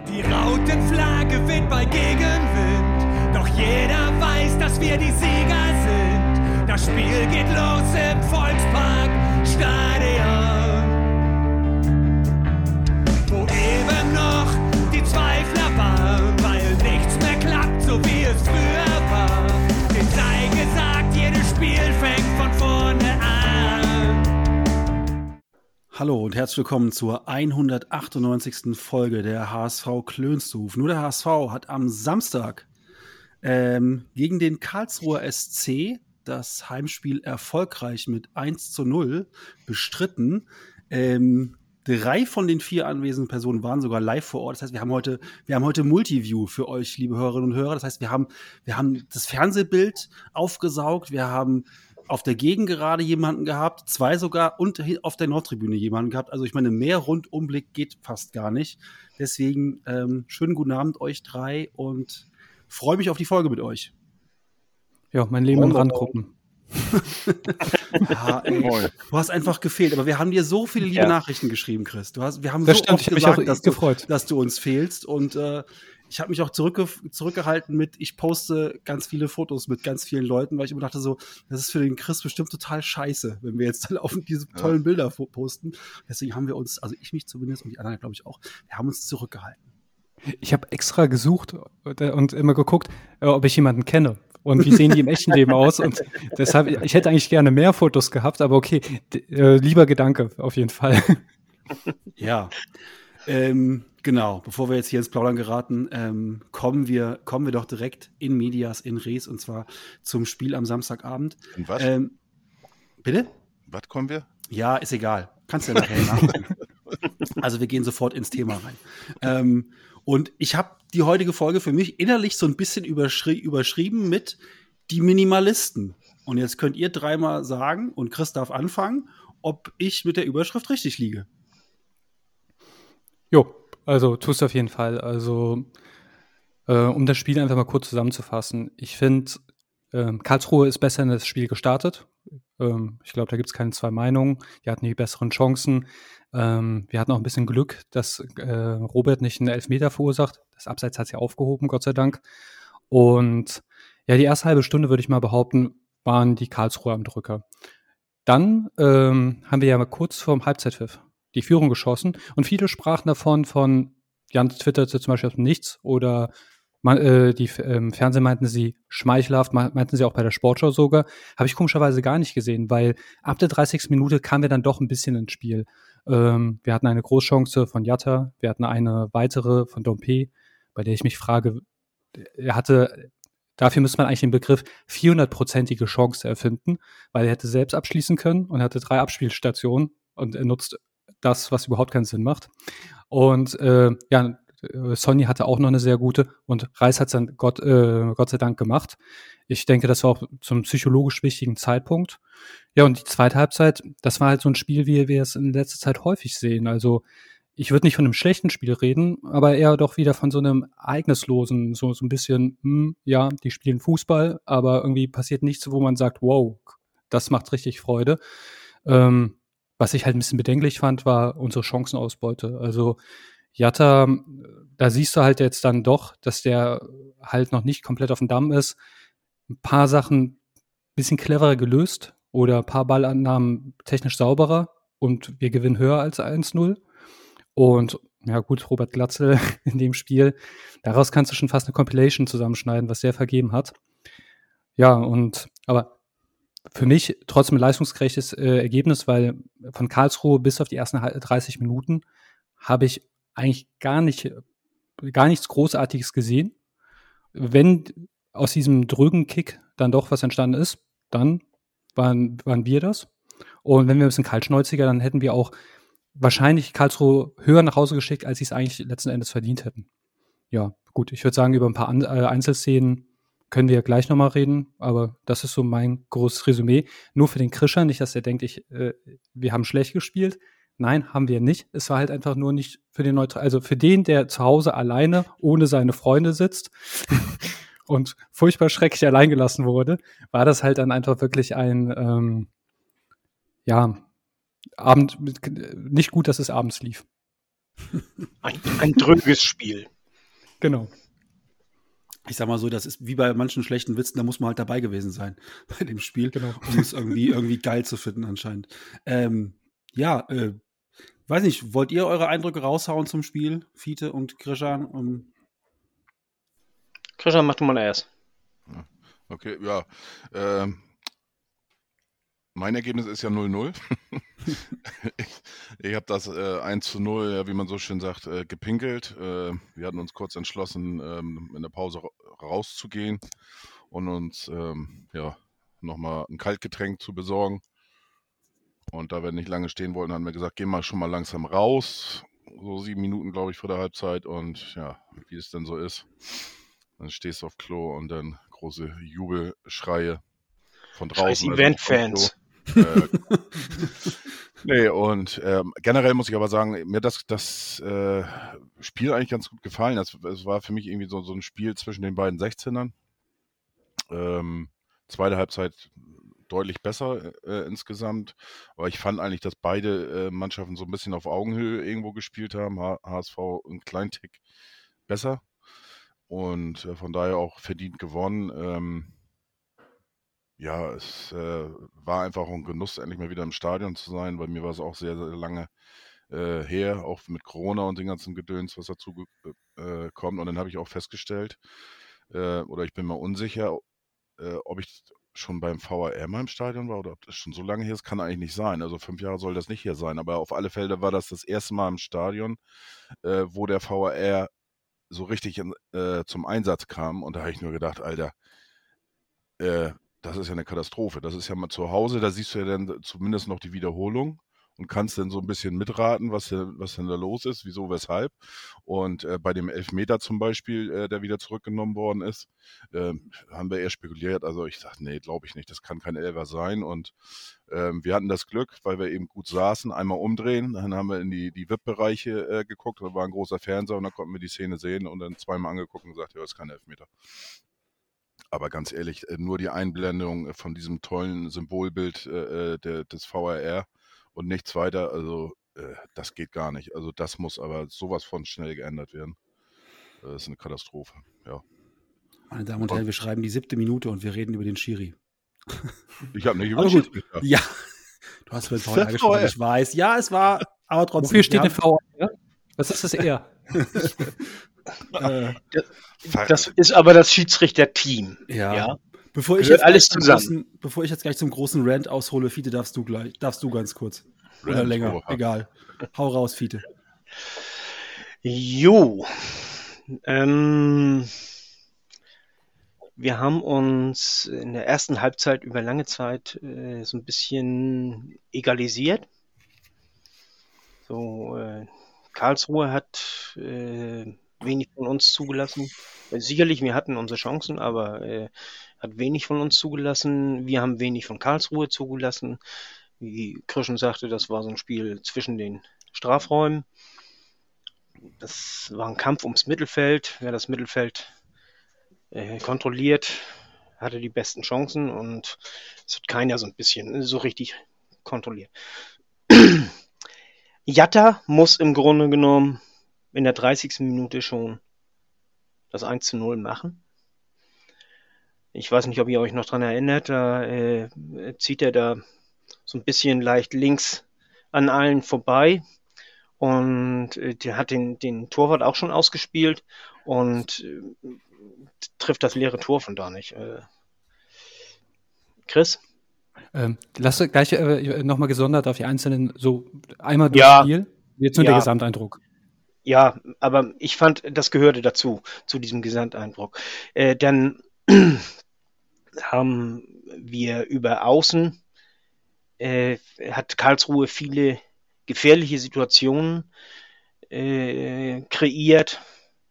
Die Rautenflagge weht bei Gegenwind, doch jeder weiß, dass wir die Sieger sind. Das Spiel geht los im Volksparkstadion, wo eben noch die Zweifler waren, weil nichts mehr klappt, so wie es früher war. Denen sei gesagt, jedes Spiel fängt von vorne an. Hallo und herzlich willkommen zur 198. Folge der HSV Klönstuf. Nur der HSV hat am Samstag gegen den Karlsruher SC das Heimspiel erfolgreich mit 1:0 bestritten. 3 von den 4 anwesenden Personen waren sogar live vor Ort. Das heißt, wir haben heute Multiview für euch, liebe Hörerinnen und Hörer. Das heißt, wir haben das Fernsehbild aufgesaugt. Wir haben auf der Gegengerade jemanden gehabt, 2 sogar, und auf der Nordtribüne jemanden gehabt. Also ich meine, mehr Rundumblick geht fast gar nicht. Deswegen schönen guten Abend euch 3 und freue mich auf die Folge mit euch. Ja, mein Leben in Randgruppen. Ja, ey, du hast einfach gefehlt, aber wir haben dir so viele liebe Nachrichten geschrieben, Chris. Wir haben das so stimmt, oft gesagt, gefreut, dass du uns fehlst, und ich habe mich auch zurückgehalten mit, ich poste ganz viele Fotos mit ganz vielen Leuten, weil ich immer dachte so, das ist für den Chris bestimmt total scheiße, wenn wir jetzt dann auf diese tollen Bilder posten. Deswegen haben wir uns, also ich mich zumindest und die anderen glaube ich auch, wir haben uns zurückgehalten. Ich habe extra gesucht und immer geguckt, ob ich jemanden kenne. Und wie sehen die im echten Leben aus? Und deshalb, ich hätte eigentlich gerne mehr Fotos gehabt, aber okay, lieber Gedanke auf jeden Fall. Ja, genau. Bevor wir jetzt hier ins Plaudern geraten, kommen wir doch direkt in medias in res, und zwar zum Spiel am Samstagabend. Und was? Bitte? Was kommen wir? Ja, ist egal. Kannst du ja nachher nachgucken. Also wir gehen sofort ins Thema rein. Und ich habe die heutige Folge für mich innerlich so ein bisschen überschrieben mit die Minimalisten. Und jetzt könnt ihr 3 mal sagen, und Chris darf anfangen, ob ich mit der Überschrift richtig liege. Jo, also tust du auf jeden Fall. Also um das Spiel einfach mal kurz zusammenzufassen. Ich finde, Karlsruhe ist besser in das Spiel gestartet. Ich glaube, da gibt es keine 2 Meinungen. Die hatten die besseren Chancen. Wir hatten auch ein bisschen Glück, dass Robert nicht einen Elfmeter verursacht. Das Abseits hat es ja aufgehoben, Gott sei Dank. Und ja, die erste halbe Stunde, würde ich mal behaupten, waren die Karlsruher am Drücker. Dann haben wir ja mal kurz vorm Halbzeitpfiff die Führung geschossen. Und viele sprachen davon, Jan twitterte zum Beispiel aus dem Nichts, oder die Fernsehen meinten sie schmeichelhaft, meinten sie auch bei der Sportschau sogar. Habe ich komischerweise gar nicht gesehen, weil ab der 30. Minute kamen wir dann doch ein bisschen ins Spiel. Wir hatten eine Großchance von Jatta, wir hatten eine weitere von Dompe, bei der ich mich frage, dafür müsste man eigentlich den Begriff 400-prozentige Chance erfinden, weil er hätte selbst abschließen können und hatte 3 Abspielstationen und er nutzt das, was überhaupt keinen Sinn macht. Und Sonny hatte auch noch eine sehr gute, und Reis hat es dann Gott sei Dank gemacht. Ich denke, das war auch zum psychologisch wichtigen Zeitpunkt. Ja, und die zweite Halbzeit, das war halt so ein Spiel, wie wir es in letzter Zeit häufig sehen. Also ich würde nicht von einem schlechten Spiel reden, aber eher doch wieder von so einem ereignislosen, so ein bisschen, ja, die spielen Fußball, aber irgendwie passiert nichts, wo man sagt, wow, das macht richtig Freude. Was ich halt ein bisschen bedenklich fand, war unsere Chancenausbeute. Also Jatta, da siehst du halt jetzt dann doch, dass der halt noch nicht komplett auf dem Damm ist. Ein paar Sachen ein bisschen cleverer gelöst oder ein paar Ballannahmen technisch sauberer und wir gewinnen höher als 1:0. Und ja gut, Robert Glatzel in dem Spiel, daraus kannst du schon fast eine Compilation zusammenschneiden, was der vergeben hat. Ja, aber für mich trotzdem ein leistungsgerechtes Ergebnis, weil von Karlsruhe bis auf die ersten 30 Minuten habe ich eigentlich gar nichts Großartiges gesehen. Wenn aus diesem drögen Kick dann doch was entstanden ist, dann waren wir das. Und wenn wir ein bisschen kaltschnäuziger, dann hätten wir auch wahrscheinlich Karlsruhe höher nach Hause geschickt, als sie es eigentlich letzten Endes verdient hätten. Ja, gut, ich würde sagen, über ein paar Einzelszenen können wir gleich nochmal reden, aber das ist so mein großes Resümee. Nur für den Krischer, nicht, dass er denkt, wir haben schlecht gespielt. Nein, haben wir nicht. Es war halt einfach nur nicht für den also für den, der zu Hause alleine ohne seine Freunde sitzt und furchtbar schrecklich allein gelassen wurde, war das halt dann einfach wirklich ein Abend, nicht gut, dass es abends lief. Ein dröges Spiel. Genau. Ich sag mal so, das ist wie bei manchen schlechten Witzen, da muss man halt dabei gewesen sein bei dem Spiel, Genau. um es irgendwie geil zu finden anscheinend. Weiß nicht, wollt ihr eure Eindrücke raushauen zum Spiel, Fiete und Krishan? Christian, mach du mal erst. Okay, ja. Mein Ergebnis ist ja 0-0. Ich habe das 1-0, ja, wie man so schön sagt, gepinkelt. Wir hatten uns kurz entschlossen, in der Pause rauszugehen und uns nochmal ein Kaltgetränk zu besorgen. Und da wir nicht lange stehen wollten, haben wir gesagt, gehen wir schon mal langsam raus. So 7 Minuten, glaube ich, vor der Halbzeit. Und ja, wie es denn so ist, dann stehst du auf Klo und dann große Jubelschreie von draußen. Scheiß Event-Fans. Nee, und generell muss ich aber sagen, mir das Spiel eigentlich ganz gut gefallen. Es war für mich irgendwie so ein Spiel zwischen den beiden 16ern. Zweite Halbzeit deutlich besser insgesamt. Aber ich fand eigentlich, dass beide Mannschaften so ein bisschen auf Augenhöhe irgendwo gespielt haben. HSV einen kleinen Tick besser. Und von daher auch verdient gewonnen. Ja, es war einfach ein Genuss, endlich mal wieder im Stadion zu sein. Bei mir war es auch sehr, sehr lange her, auch mit Corona und den ganzen Gedöns, was dazu kommt. Und dann habe ich auch festgestellt, oder ich bin mir unsicher, ob ich schon beim VAR mal im Stadion war oder ob das schon so lange her ist, kann eigentlich nicht sein. Also 5 Jahre soll das nicht hier sein. Aber auf alle Fälle war das erste Mal im Stadion, wo der VAR so richtig zum Einsatz kam. Und da habe ich nur gedacht, Alter, das ist ja eine Katastrophe. Das ist ja mal zu Hause, da siehst du ja dann zumindest noch die Wiederholung und kannst dann so ein bisschen mitraten, was denn da los ist, wieso, weshalb. Und bei dem Elfmeter zum Beispiel, der wieder zurückgenommen worden ist, haben wir eher spekuliert. Also ich dachte, nee, glaube ich nicht, das kann kein Elfer sein. Und wir hatten das Glück, weil wir eben gut saßen, einmal umdrehen, dann haben wir in die VIP-Bereiche geguckt, da war ein großer Fernseher und dann konnten wir die Szene sehen und dann zweimal angeguckt und gesagt, ja, das ist kein Elfmeter. Aber ganz ehrlich, nur die Einblendung von diesem tollen Symbolbild des VAR und nichts weiter, also das geht gar nicht. Also das muss aber sowas von schnell geändert werden. Das ist eine Katastrophe, ja. Meine Damen und Herren, wir schreiben die 7. Minute und wir reden über den Schiri. Ich habe nicht über Aber den gut, Schiedsrichter. ja, du hast für den VAR gesprochen, ich weiß. Ja, es war, aber trotzdem. Wofür steht der VAR? Was ist das eher? Das ist aber das Schiedsrichter-Team. Ja. Bevor ich Gehört jetzt alles gleich zum großen Rant aushole, Fiete, darfst du ganz kurz. Oder Rant, länger, oha. egal. Hau raus, Fiete. Jo. Wir haben uns in der ersten Halbzeit über lange Zeit so ein bisschen egalisiert. So, Karlsruhe hat wenig von uns zugelassen. Sicherlich, wir hatten unsere Chancen, aber hat wenig von uns zugelassen. Wir haben wenig von Karlsruhe zugelassen. Wie Krischen sagte, das war so ein Spiel zwischen den Strafräumen. Das war ein Kampf ums Mittelfeld. Wer das Mittelfeld kontrolliert, hatte die besten Chancen und es hat keiner so ein bisschen so richtig kontrolliert. Jatta muss im Grunde genommen in der 30. Minute schon das 1:0 machen. Ich weiß nicht, ob ihr euch noch dran erinnert, da zieht er da so ein bisschen leicht links an allen vorbei und der hat den Torwart auch schon ausgespielt und trifft das leere Tor von da nicht. Chris? Lass gleich nochmal gesondert auf die einzelnen, so einmal durchs Spiel, jetzt nur der Gesamteindruck. Ja, aber ich fand, das gehörte dazu, zu diesem Gesamteindruck. Dann haben wir über Außen, hat Karlsruhe viele gefährliche Situationen kreiert,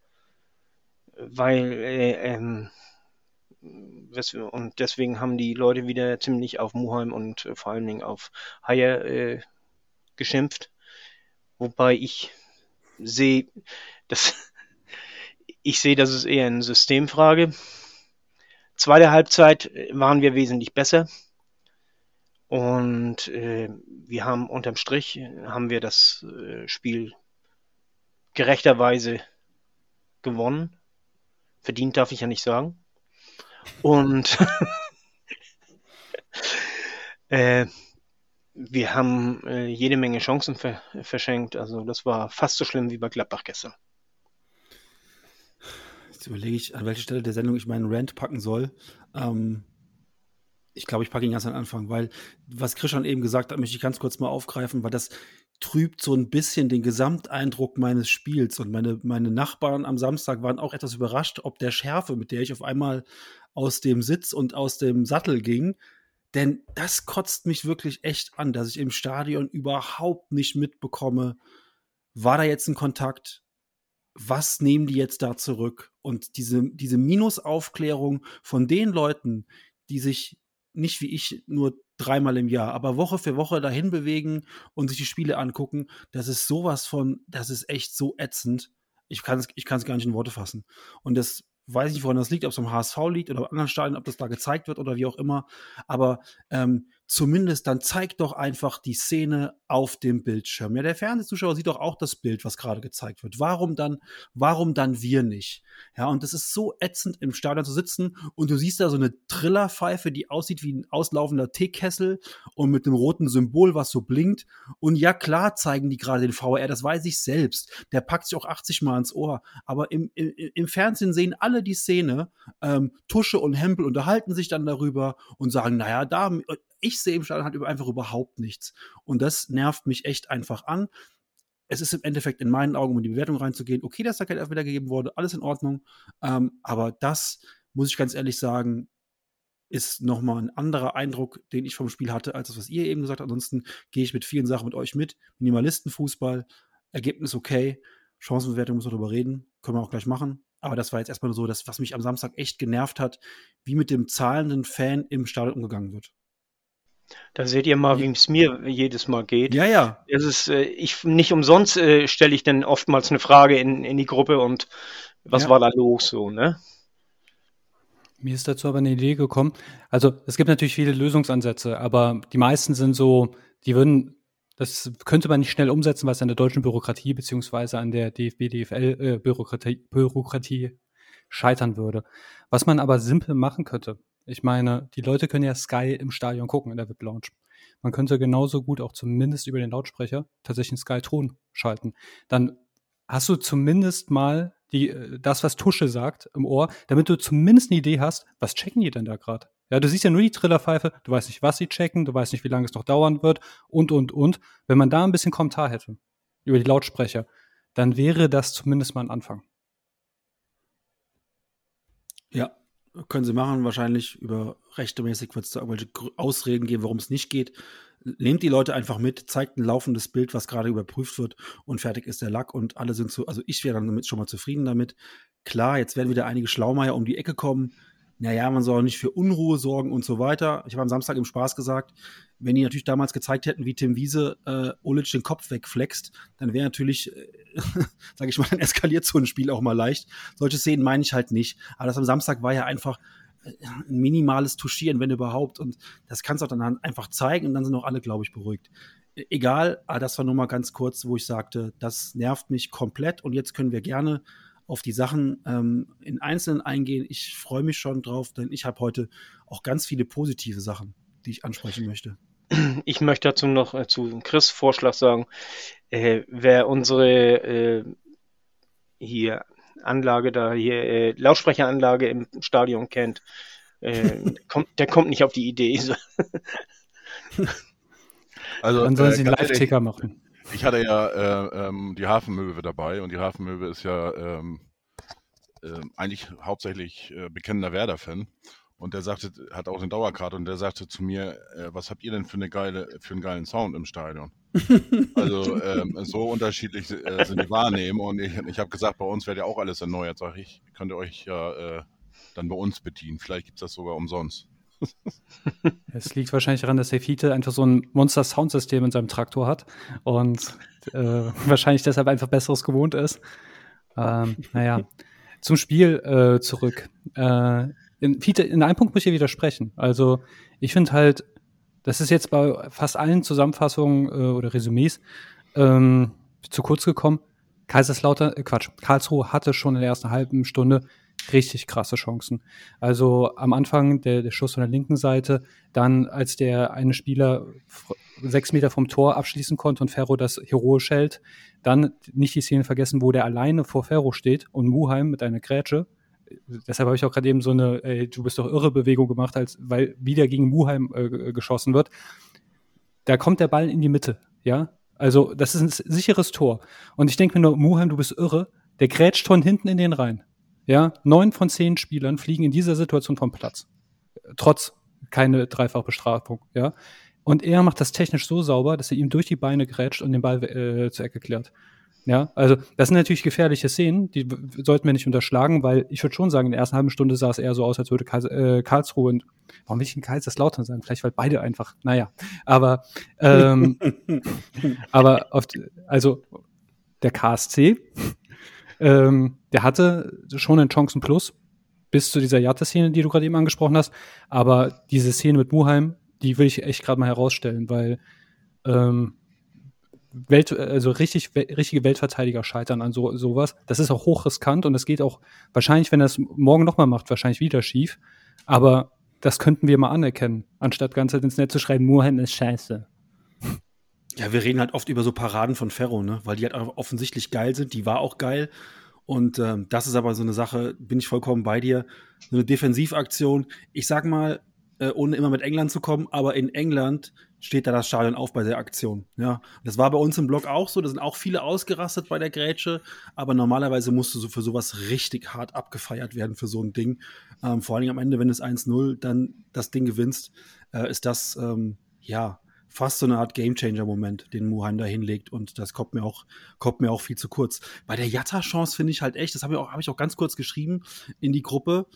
weil und deswegen haben die Leute wieder ziemlich auf Muheim und vor allen Dingen auf Haier geschimpft. Wobei ich sehe, das ist eher eine Systemfrage. Zweite Halbzeit waren wir wesentlich besser. Und wir haben unterm Strich das Spiel gerechterweise gewonnen. Verdient darf ich ja nicht sagen. Und wir haben jede Menge Chancen verschenkt. Also das war fast so schlimm wie bei Gladbach gestern. Jetzt überlege ich, an welcher Stelle der Sendung ich meinen Rant packen soll. Ich glaube, ich packe ihn ganz am Anfang, weil was Christian eben gesagt hat, möchte ich ganz kurz mal aufgreifen, weil das trübt so ein bisschen den Gesamteindruck meines Spiels. Und meine Nachbarn am Samstag waren auch etwas überrascht, ob der Schärfe, mit der ich auf einmal aus dem Sitz und aus dem Sattel ging. Denn das kotzt mich wirklich echt an, dass ich im Stadion überhaupt nicht mitbekomme, war da jetzt ein Kontakt? Was nehmen die jetzt da zurück? Und diese Minusaufklärung von den Leuten, die sich nicht wie ich nur 3-mal im Jahr, aber Woche für Woche dahin bewegen und sich die Spiele angucken, das ist echt so ätzend. Ich kann es gar nicht in Worte fassen. Und das weiß ich nicht, woran das liegt, ob es am HSV liegt oder bei anderen Stadien, ob das da gezeigt wird oder wie auch immer. Aber zumindest dann zeigt doch einfach die Szene auf dem Bildschirm. Ja, der Fernsehzuschauer sieht doch auch das Bild, was gerade gezeigt wird. Warum dann wir nicht? Ja, und das ist so ätzend, im Stadion zu sitzen und du siehst da so eine Trillerpfeife, die aussieht wie ein auslaufender Teekessel und mit einem roten Symbol, was so blinkt. Und ja, klar zeigen die gerade den VR, das weiß ich selbst. Der packt sich auch 80 Mal ins Ohr. Aber im Fernsehen sehen alle die Szene, Tusche und Hempel unterhalten sich dann darüber und sagen, naja, ich sehe im Stadion halt einfach überhaupt nichts. Und das nervt mich echt einfach an. Es ist im Endeffekt in meinen Augen, um in die Bewertung reinzugehen, okay, dass da kein Elfmeter gegeben wurde, alles in Ordnung. Aber das, muss ich ganz ehrlich sagen, ist nochmal ein anderer Eindruck, den ich vom Spiel hatte, als das, was ihr eben gesagt habt. Ansonsten gehe ich mit vielen Sachen mit euch mit. Minimalistenfußball, Ergebnis okay, Chancenbewertung müssen wir darüber reden, können wir auch gleich machen. Aber das war jetzt erstmal so das, was mich am Samstag echt genervt hat, wie mit dem zahlenden Fan im Stadion umgegangen wird. Da seht ihr mal, wie es mir jedes Mal geht. Ja. Es ist, nicht umsonst stelle ich dann oftmals eine Frage in die Gruppe und was war da los so, ne? Mir ist dazu aber eine Idee gekommen. Also es gibt natürlich viele Lösungsansätze, aber die meisten sind so, das könnte man nicht schnell umsetzen, was an der deutschen Bürokratie beziehungsweise an der DFB-DFL-Bürokratie scheitern würde. Was man aber simpel machen könnte, ich meine, die Leute können ja Sky im Stadion gucken, in der VIP-Lounge. Man könnte genauso gut auch zumindest über den Lautsprecher tatsächlich einen Sky-Ton schalten. Dann hast du zumindest mal das, was Tusche sagt, im Ohr, damit du zumindest eine Idee hast, was checken die denn da gerade? Ja, du siehst ja nur die Trillerpfeife, du weißt nicht, was sie checken, du weißt nicht, wie lange es noch dauern wird und. Wenn man da ein bisschen Kommentar hätte über die Lautsprecher, dann wäre das zumindest mal ein Anfang. Ja, können sie machen. Wahrscheinlich über rechtemäßig wird es da irgendwelche Ausreden geben, warum es nicht geht. Nehmt die Leute einfach mit, zeigt ein laufendes Bild, was gerade überprüft wird und fertig ist der Lack und alle sind also ich wäre dann damit schon mal zufrieden damit. Klar, jetzt werden wieder einige Schlaumeier um die Ecke kommen. Naja, man soll nicht für Unruhe sorgen und so weiter. Ich habe am Samstag im Spaß gesagt, wenn die natürlich damals gezeigt hätten, wie Tim Wiese Olic den Kopf wegflext, dann wäre natürlich, sage ich mal, dann eskaliert so ein Spiel auch mal leicht. Solche Szenen meine ich halt nicht. Aber das am Samstag war ja einfach ein minimales Touchieren, wenn überhaupt. Und das kannst du auch dann einfach zeigen und dann sind auch alle, glaube ich, beruhigt. Egal, aber das war nur mal ganz kurz, wo ich sagte, das nervt mich komplett und jetzt können wir gerne auf die Sachen in Einzelnen eingehen. Ich freue mich schon drauf, denn ich habe heute auch ganz viele positive Sachen, die ich ansprechen möchte. Ich möchte dazu noch zu Chris' Vorschlag sagen, wer unsere Lautsprecheranlage im Stadion kennt, der kommt nicht auf die Idee. Also, dann sollen sie einen Live-Ticker machen. Ich hatte ja die Hafenmöwe dabei und die Hafenmöwe ist ja eigentlich hauptsächlich bekennender Werder-Fan und der sagte, hat auch eine Dauerkarte und der sagte zu mir, was habt ihr denn für einen geilen Sound im Stadion? Also so unterschiedlich sind die Wahrnehmungen und ich habe gesagt, bei uns wird ja auch alles erneuert, sage ich, könnt ihr euch ja dann bei uns bedienen, vielleicht gibt es das sogar umsonst. Es liegt wahrscheinlich daran, dass der Fiete einfach so ein Monster-Soundsystem in seinem Traktor hat und wahrscheinlich deshalb einfach Besseres gewohnt ist. Naja, zum Spiel zurück. Fiete, in einem Punkt muss ich hier widersprechen. Also ich finde halt, das ist jetzt bei fast allen Zusammenfassungen oder Resümees zu kurz gekommen. Karlsruhe hatte schon in der ersten halben Stunde richtig krasse Chancen. Also am Anfang der Schuss von der linken Seite, dann als der eine Spieler 6 Meter vom Tor abschließen konnte und Ferro das heroisch hält, dann nicht die Szene vergessen, wo der alleine vor Ferro steht und Muheim mit einer Grätsche. Deshalb habe ich auch gerade eben so eine du bist doch irre Bewegung gemacht, weil wieder gegen Muheim geschossen wird. Da kommt der Ball in die Mitte, ja. Also das ist ein sicheres Tor. Und ich denke mir nur, Muheim, du bist irre, der grätscht von hinten in den rein. Ja, 9 von 10 Spielern fliegen in dieser Situation vom Platz. Trotz keine Dreifachbestrafung, ja. Und er macht das technisch so sauber, dass er ihm durch die Beine grätscht und den Ball zur Ecke klärt. Ja, also das sind natürlich gefährliche Szenen, die sollten wir nicht unterschlagen, weil ich würde schon sagen, in der ersten halben Stunde sah es eher so aus, als würde Karlsruhe und warum will ich denn Kaiserslautern sagen? Vielleicht, weil beide einfach, naja. Aber also der KSC, der hatte schon einen Chancen-Plus bis zu dieser Jatte-Szene, die du gerade eben angesprochen hast. Aber diese Szene mit Muheim, die will ich echt gerade mal herausstellen, weil richtige Weltverteidiger scheitern an sowas. Das ist auch hochriskant und das geht auch wahrscheinlich, wenn er es morgen nochmal macht, wahrscheinlich wieder schief. Aber das könnten wir mal anerkennen, anstatt ganz halt ins Netz zu schreiben, Muheim ist scheiße. Ja, wir reden halt oft über so Paraden von Ferro, ne? Weil die halt offensichtlich geil sind. Die war auch geil. Und das ist aber so eine Sache, bin ich vollkommen bei dir. So eine Defensivaktion. Ich sag mal, ohne immer mit England zu kommen, aber in England steht da das Stadion auf bei der Aktion. Ja, das war bei uns im Blog auch so. Da sind auch viele ausgerastet bei der Grätsche. Aber normalerweise musst du so für sowas richtig hart abgefeiert werden für so ein Ding. Vor allen Dingen am Ende, wenn du es 1-0 dann das Ding gewinnst, ist das, fast so eine Art Gamechanger-Moment, den Muheim da hinlegt. Und das kommt mir auch viel zu kurz. Bei der Jatta-Chance finde ich halt echt, das habe ich auch ganz kurz geschrieben in die Gruppe,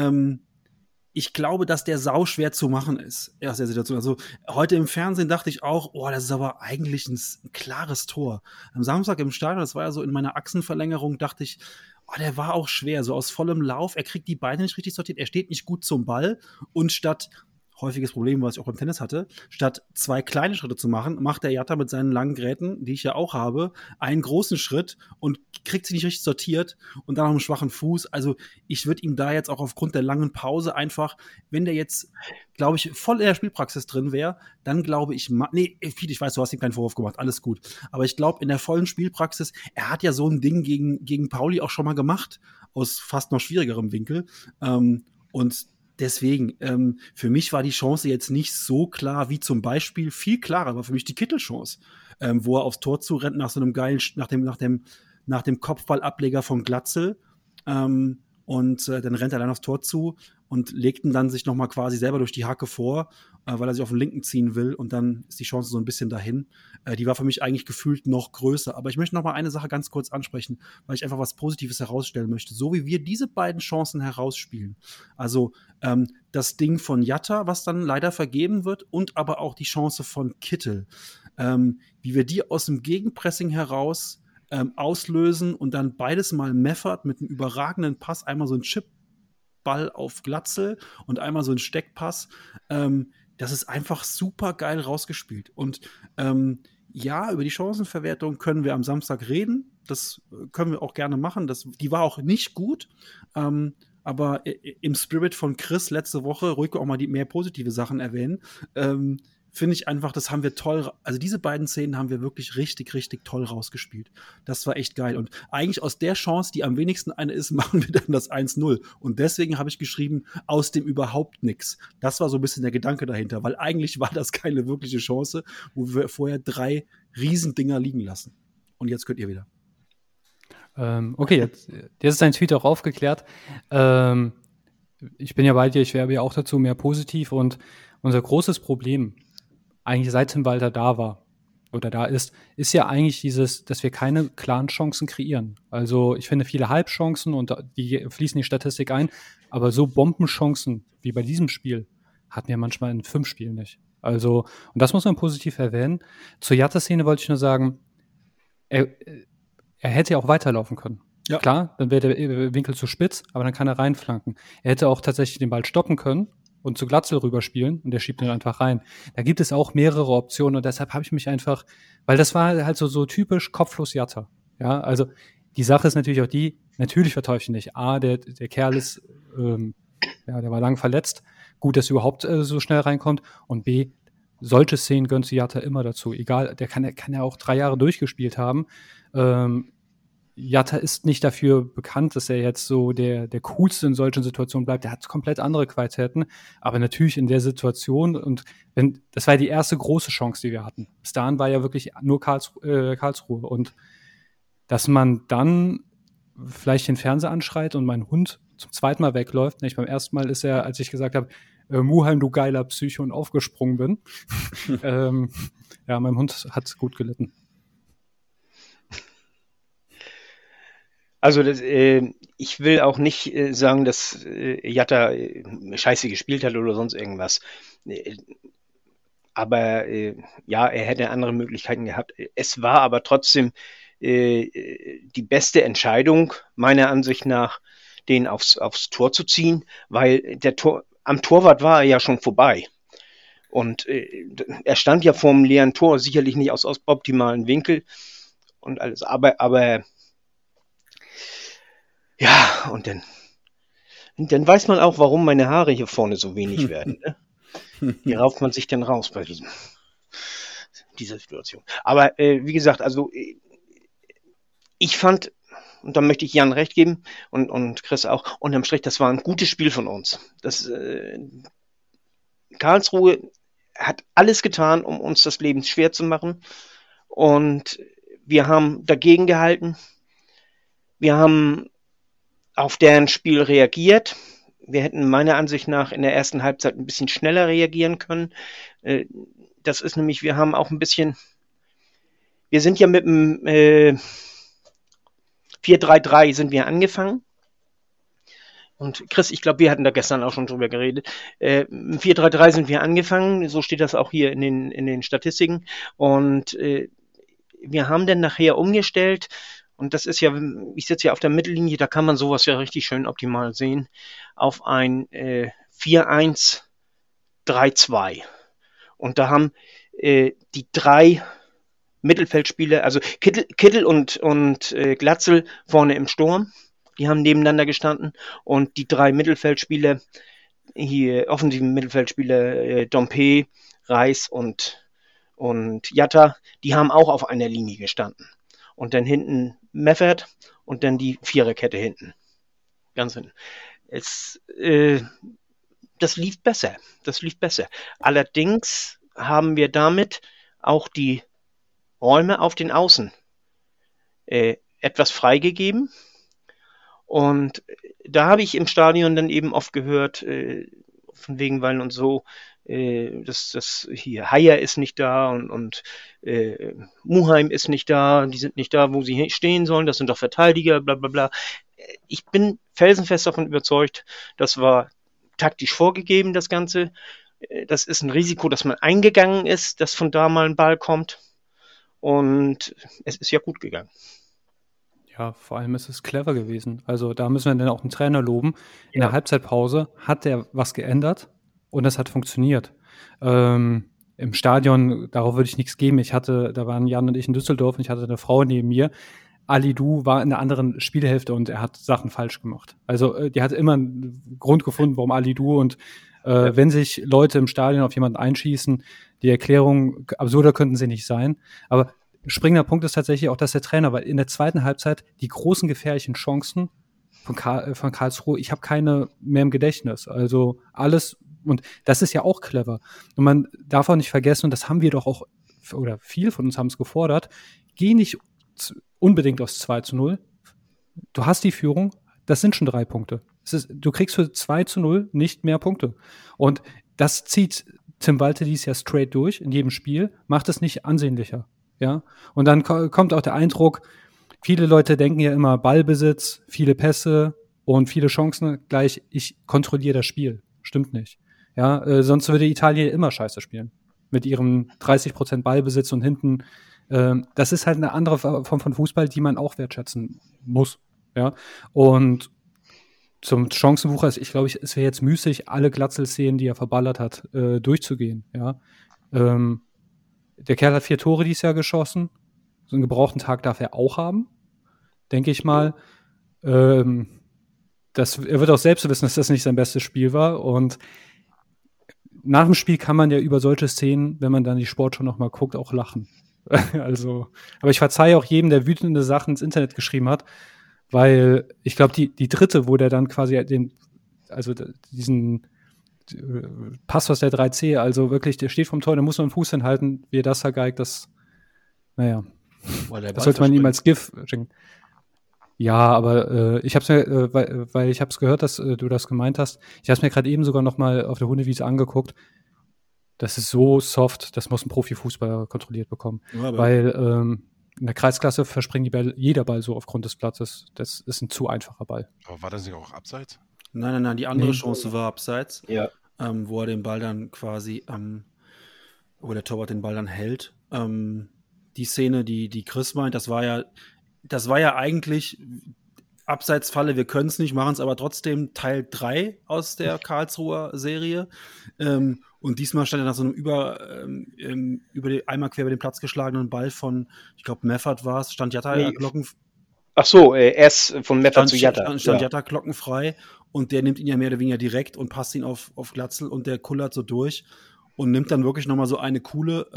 ich glaube, dass der sauschwer zu machen ist aus der Situation. Also heute im Fernsehen dachte ich auch, das ist aber eigentlich ein klares Tor. Am Samstag im Stadion, das war ja so in meiner Achsenverlängerung, dachte ich, der war auch schwer, so aus vollem Lauf. Er kriegt die Beine nicht richtig sortiert, er steht nicht gut zum Ball und statt häufiges Problem, was ich auch beim Tennis hatte, statt 2 kleine Schritte zu machen, macht der Jatta mit seinen langen Gräten, die ich ja auch habe, einen großen Schritt und kriegt sie nicht richtig sortiert und dann noch einen schwachen Fuß. Also ich würde ihm da jetzt auch aufgrund der langen Pause einfach, wenn der jetzt, glaube ich, voll in der Spielpraxis drin wäre, dann glaube ich, ich weiß, du hast ihm keinen Vorwurf gemacht, alles gut. Aber ich glaube, in der vollen Spielpraxis, er hat ja so ein Ding gegen Pauli auch schon mal gemacht, aus fast noch schwierigerem Winkel. Und deswegen, für mich war die Chance jetzt nicht so klar wie zum Beispiel, viel klarer war für mich die Kittel-Chance, wo er aufs Tor zurennt nach so einem geilen, nach dem Kopfballableger von Glatzel, und dann rennt er dann aufs Tor zu und legt ihn dann sich nochmal quasi selber durch die Hacke vor, weil er sich auf den Linken ziehen will und dann ist die Chance so ein bisschen dahin. Die war für mich eigentlich gefühlt noch größer. Aber ich möchte nochmal eine Sache ganz kurz ansprechen, weil ich einfach was Positives herausstellen möchte. So wie wir diese beiden Chancen herausspielen, also das Ding von Jatta, was dann leider vergeben wird und aber auch die Chance von Kittel, wie wir die aus dem Gegenpressing heraus auslösen und dann beides mal Meffert mit einem überragenden Pass, einmal so ein Chipball auf Glatzel und einmal so ein Steckpass, das ist einfach super geil rausgespielt. Und über die Chancenverwertung können wir am Samstag reden, das können wir auch gerne machen, die war auch nicht gut, aber im Spirit von Chris letzte Woche, ruhig auch mal die mehr positive Sachen erwähnen, finde ich einfach, das haben wir toll, also diese beiden Szenen haben wir wirklich richtig, richtig toll rausgespielt. Das war echt geil. Und eigentlich aus der Chance, die am wenigsten eine ist, machen wir dann das 1-0. Und deswegen habe ich geschrieben, aus dem überhaupt nix. Das war so ein bisschen der Gedanke dahinter, weil eigentlich war das keine wirkliche Chance, wo wir vorher 3 Riesendinger liegen lassen. Und jetzt könnt ihr wieder. Okay, jetzt ist dein Tweet auch aufgeklärt. Ich bin ja bei dir, ich werbe ja auch dazu, mehr positiv. Und unser großes Problem, eigentlich seit Tim Walter da war oder da ist ja eigentlich dass wir keine klaren Chancen kreieren. Also ich finde viele Halbchancen und die fließen in die Statistik ein, aber so Bombenchancen wie bei diesem Spiel hatten wir manchmal in 5 Spielen nicht. Also, und das muss man positiv erwähnen. Zur Jatta-Szene wollte ich nur sagen, er hätte ja auch weiterlaufen können. Ja. Klar, dann wäre der Winkel zu spitz, aber dann kann er reinflanken. Er hätte auch tatsächlich den Ball stoppen können und zu Glatzel rüberspielen und der schiebt ihn einfach rein. Da gibt es auch mehrere Optionen und deshalb habe ich mich einfach, weil das war halt so typisch kopflos Jatta. Ja, also die Sache ist natürlich auch die, natürlich verteufel ich nicht. A, der Kerl ist, der war lang verletzt. Gut, dass er überhaupt so schnell reinkommt. Und B, solche Szenen gönnt Jatta immer dazu. Egal, der kann ja auch 3 Jahre durchgespielt haben. Jatta ist nicht dafür bekannt, dass er jetzt so der Coolste in solchen Situationen bleibt. Der hat komplett andere Qualitäten. Aber natürlich in der Situation, und das war ja die erste große Chance, die wir hatten. Bis dahin war ja wirklich nur Karlsruhe. Und dass man dann vielleicht den Fernseher anschreit und mein Hund zum zweiten Mal wegläuft. Nicht, beim ersten Mal ist er, als ich gesagt habe, Muheim, du geiler Psycho, und aufgesprungen bin. Ja, mein Hund hat gut gelitten. Also ich will auch nicht sagen, dass Jatta scheiße gespielt hat oder sonst irgendwas. Aber ja, er hätte andere Möglichkeiten gehabt. Es war aber trotzdem die beste Entscheidung, meiner Ansicht nach, den aufs Tor zu ziehen, weil am Torwart war er ja schon vorbei. Und er stand ja vorm leeren Tor, sicherlich nicht aus optimalen Winkel und alles. Aber ja, und dann weiß man auch, warum meine Haare hier vorne so wenig werden. Ne? Hier rauft man sich dann raus bei dieser Situation. Aber wie gesagt, also ich fand, und da möchte ich Jan recht geben und Chris auch, unterm Strich, das war ein gutes Spiel von uns. Karlsruhe hat alles getan, um uns das Leben schwer zu machen. Und wir haben dagegen gehalten. Wir haben auf deren Spiel reagiert. Wir hätten meiner Ansicht nach in der ersten Halbzeit ein bisschen schneller reagieren können. Das ist nämlich, wir haben auch ein bisschen, wir sind ja mit dem 4-3-3 sind wir angefangen. Und Chris, ich glaube, wir hatten da gestern auch schon drüber geredet. 4-3-3 sind wir angefangen, so steht das auch hier in den Statistiken. Und wir haben dann nachher umgestellt. Und das ist ja, ich sitze ja auf der Mittellinie, da kann man sowas ja richtig schön optimal sehen, auf ein 4-1-3-2. Und da haben die 3 Mittelfeldspieler, also Kittel und Glatzel vorne im Sturm, die haben nebeneinander gestanden. Und die 3 Mittelfeldspieler, hier offensiven Mittelfeldspieler, Dompe, Reis und Jatta, die haben auch auf einer Linie gestanden. Und dann hinten Meffert und dann die Viererkette hinten. Ganz hinten. Das lief besser. Allerdings haben wir damit auch die Räume auf den Außen etwas freigegeben. Und da habe ich im Stadion dann eben oft gehört, von wegen, weil und so, das hier Haier ist nicht da und Muheim ist nicht da, die sind nicht da, wo sie stehen sollen, das sind doch Verteidiger, bla bla bla. Ich bin felsenfest davon überzeugt, das war taktisch vorgegeben, das Ganze. Das ist ein Risiko, das man eingegangen ist, dass von da mal ein Ball kommt. Und es ist ja gut gegangen. Ja, vor allem ist es clever gewesen. Also da müssen wir dann auch den Trainer loben. In der Halbzeitpause hat er was geändert und das hat funktioniert. Im Stadion, darauf würde ich nichts geben. Da waren Jan und ich in Düsseldorf und ich hatte eine Frau neben mir. Alidou war in der anderen Spielhälfte und er hat Sachen falsch gemacht. Also die hat immer einen Grund gefunden, warum Alidou und wenn sich Leute im Stadion auf jemanden einschießen, die Erklärung, absurder könnten sie nicht sein. Aber springender Punkt ist tatsächlich auch, dass der Trainer, weil in der zweiten Halbzeit die großen gefährlichen Chancen von Karlsruhe, ich habe keine mehr im Gedächtnis. Also alles, und das ist ja auch clever. Und man darf auch nicht vergessen, und das haben wir doch auch, oder viele von uns haben es gefordert, geh nicht unbedingt aufs 2-0. Du hast die Führung, das sind schon 3 Punkte. Du kriegst für 2-0 nicht mehr Punkte. Und das zieht Tim Walter dies Jahr straight durch in jedem Spiel, macht es nicht ansehnlicher. Ja? Und dann kommt auch der Eindruck, viele Leute denken ja immer Ballbesitz, viele Pässe und viele Chancen gleich, ich kontrolliere das Spiel. Stimmt nicht. Ja, sonst würde Italien immer scheiße spielen. Mit ihrem 30% Ballbesitz und hinten. Das ist halt eine andere Form von Fußball, die man auch wertschätzen muss. Ja, und zum Chancenwucher, ich glaube, es wäre jetzt müßig, alle Glatzel-Szenen, die er verballert hat, durchzugehen. Ja, der Kerl hat 4 Tore dieses Jahr geschossen. So einen gebrauchten Tag darf er auch haben. denke ich mal. Er wird auch selbst wissen, dass das nicht sein bestes Spiel war. Und nach dem Spiel kann man ja über solche Szenen, wenn man dann die Sportschau noch mal guckt, auch lachen. Also, aber ich verzeihe auch jedem, der wütende Sachen ins Internet geschrieben hat, weil ich glaube, die dritte, wo der dann quasi diesen Pass aus der 3C, also wirklich, der steht vom Tor, da muss man den Fuß hinhalten, wie er das vergeigt, das sollte man ihm als GIF schenken. Ja, aber ich hab's mir, weil ich hab's gehört, dass du das gemeint hast. Ich hab's mir gerade eben sogar noch mal auf der Hundewiese angeguckt. Das ist so soft, das muss ein Profifußballer kontrolliert bekommen. Ja, weil in der Kreisklasse verspringen jeder Ball so aufgrund des Platzes. Das ist ein zu einfacher Ball. Aber war das nicht auch abseits? Nein, die andere Chance war abseits. Ja. Wo er den Ball dann quasi, wo der Torwart den Ball dann hält. Die Szene, die Chris meint, das war ja eigentlich Abseitsfalle, wir können es nicht, machen es aber trotzdem Teil 3 aus der Karlsruher Serie. Und diesmal stand er nach so einem einmal quer über den Platz geschlagenen Ball von, ich glaube, Meffert war es, stand Jatta Glocken. Ach so, erst von Meffert zu Jatta. Stand Jatta glockenfrei und der nimmt ihn ja mehr oder weniger direkt und passt ihn auf Glatzel und der kullert so durch und nimmt dann wirklich nochmal so eine coole,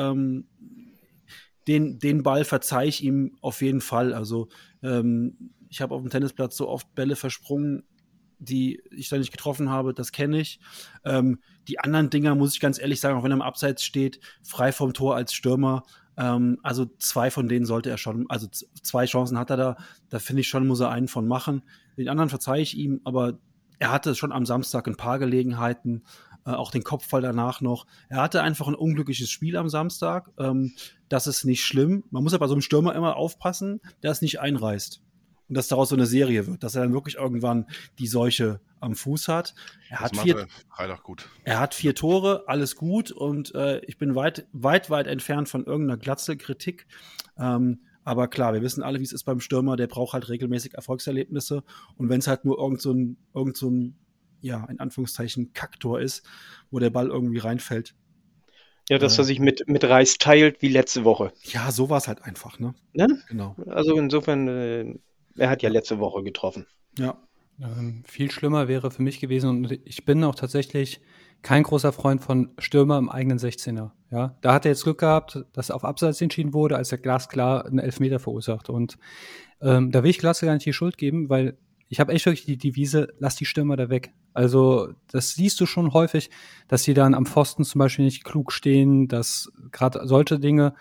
den Ball verzeihe ich ihm auf jeden Fall. Also ich habe auf dem Tennisplatz so oft Bälle versprungen, die ich da nicht getroffen habe, das kenne ich. Die anderen Dinger, muss ich ganz ehrlich sagen, auch wenn er im Abseits steht, frei vom Tor als Stürmer, also 2 von denen sollte er schon, also 2 Chancen hat er da finde ich schon, muss er einen von machen. Den anderen verzeihe ich ihm, aber er hatte schon am Samstag ein paar Gelegenheiten, auch den Kopfball danach noch. Er hatte einfach ein unglückliches Spiel am Samstag. Das ist nicht schlimm. Man muss aber bei so einem Stürmer immer aufpassen, der es nicht einreißt. Und dass daraus so eine Serie wird, dass er dann wirklich irgendwann die Seuche am Fuß hat. Er hat 4 Tore, alles gut und ich bin weit entfernt von irgendeiner Glatzel-Kritik. Aber klar, wir wissen alle, wie es ist beim Stürmer, der braucht halt regelmäßig Erfolgserlebnisse und wenn es halt nur irgend so ein ja, in Anführungszeichen Kacktor ist, wo der Ball irgendwie reinfällt. Ja, dass er sich mit Reis teilt wie letzte Woche. Ja, so war es halt einfach, ne? Genau. Also insofern, er hat ja letzte Woche getroffen. Ja. Viel schlimmer wäre für mich gewesen und ich bin auch tatsächlich kein großer Freund von Stürmer im eigenen 16er. Ja? Da hat er jetzt Glück gehabt, dass auf Abseits entschieden wurde, als er glasklar einen Elfmeter verursacht. Und da will ich Glatzel gar nicht die Schuld geben, weil ich habe echt wirklich die Devise, lass die Stürmer da weg. Also das siehst du schon häufig, dass die dann am Pfosten zum Beispiel nicht klug stehen, dass gerade solche Dinge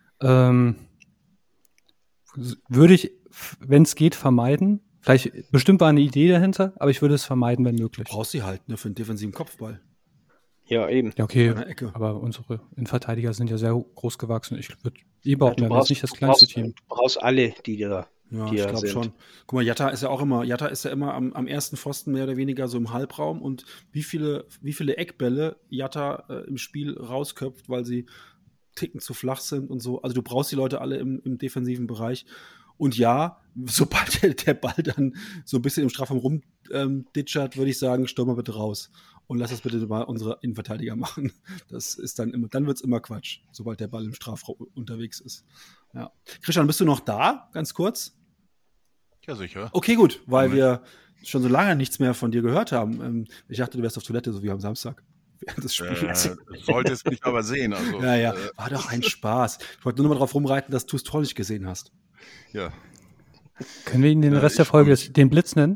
würde ich, wenn es geht, vermeiden. Vielleicht bestimmt war eine Idee dahinter, aber ich würde es vermeiden, wenn möglich. Du brauchst sie halt, ne, für einen defensiven Kopfball. Ja, eben. Ja, okay, aber unsere Innenverteidiger sind ja sehr groß gewachsen. Ich würde behaupten, wir sind nicht das kleinste Team. Du brauchst alle, die da Ja, ich glaube schon. Guck mal, Jatta ist ja immer am ersten Pfosten mehr oder weniger so im Halbraum und wie viele Eckbälle Jatta im Spiel rausköpft, weil sie ticken zu flach sind und so. Also du brauchst die Leute alle im defensiven Bereich. Und ja, sobald der Ball dann so ein bisschen im Strafraum rumditschert, würde ich sagen, Stürmer bitte raus. Und lass das bitte mal unsere Innenverteidiger machen. Das ist dann wird's immer Quatsch, sobald der Ball im Strafraum unterwegs ist. Ja. Christian, bist du noch da? Ganz kurz? Ja, sicher. Okay, gut, weil wir schon so lange nichts mehr von dir gehört haben. Ich dachte, du wärst auf Toilette, so wie am Samstag. Während des Spiels. Solltest mich aber sehen. Also, ja. War doch ein Spaß. Ich wollte nur noch mal drauf rumreiten, dass du es toll nicht gesehen hast. Ja. Können wir ihn den Rest der Folge den Blitz nennen?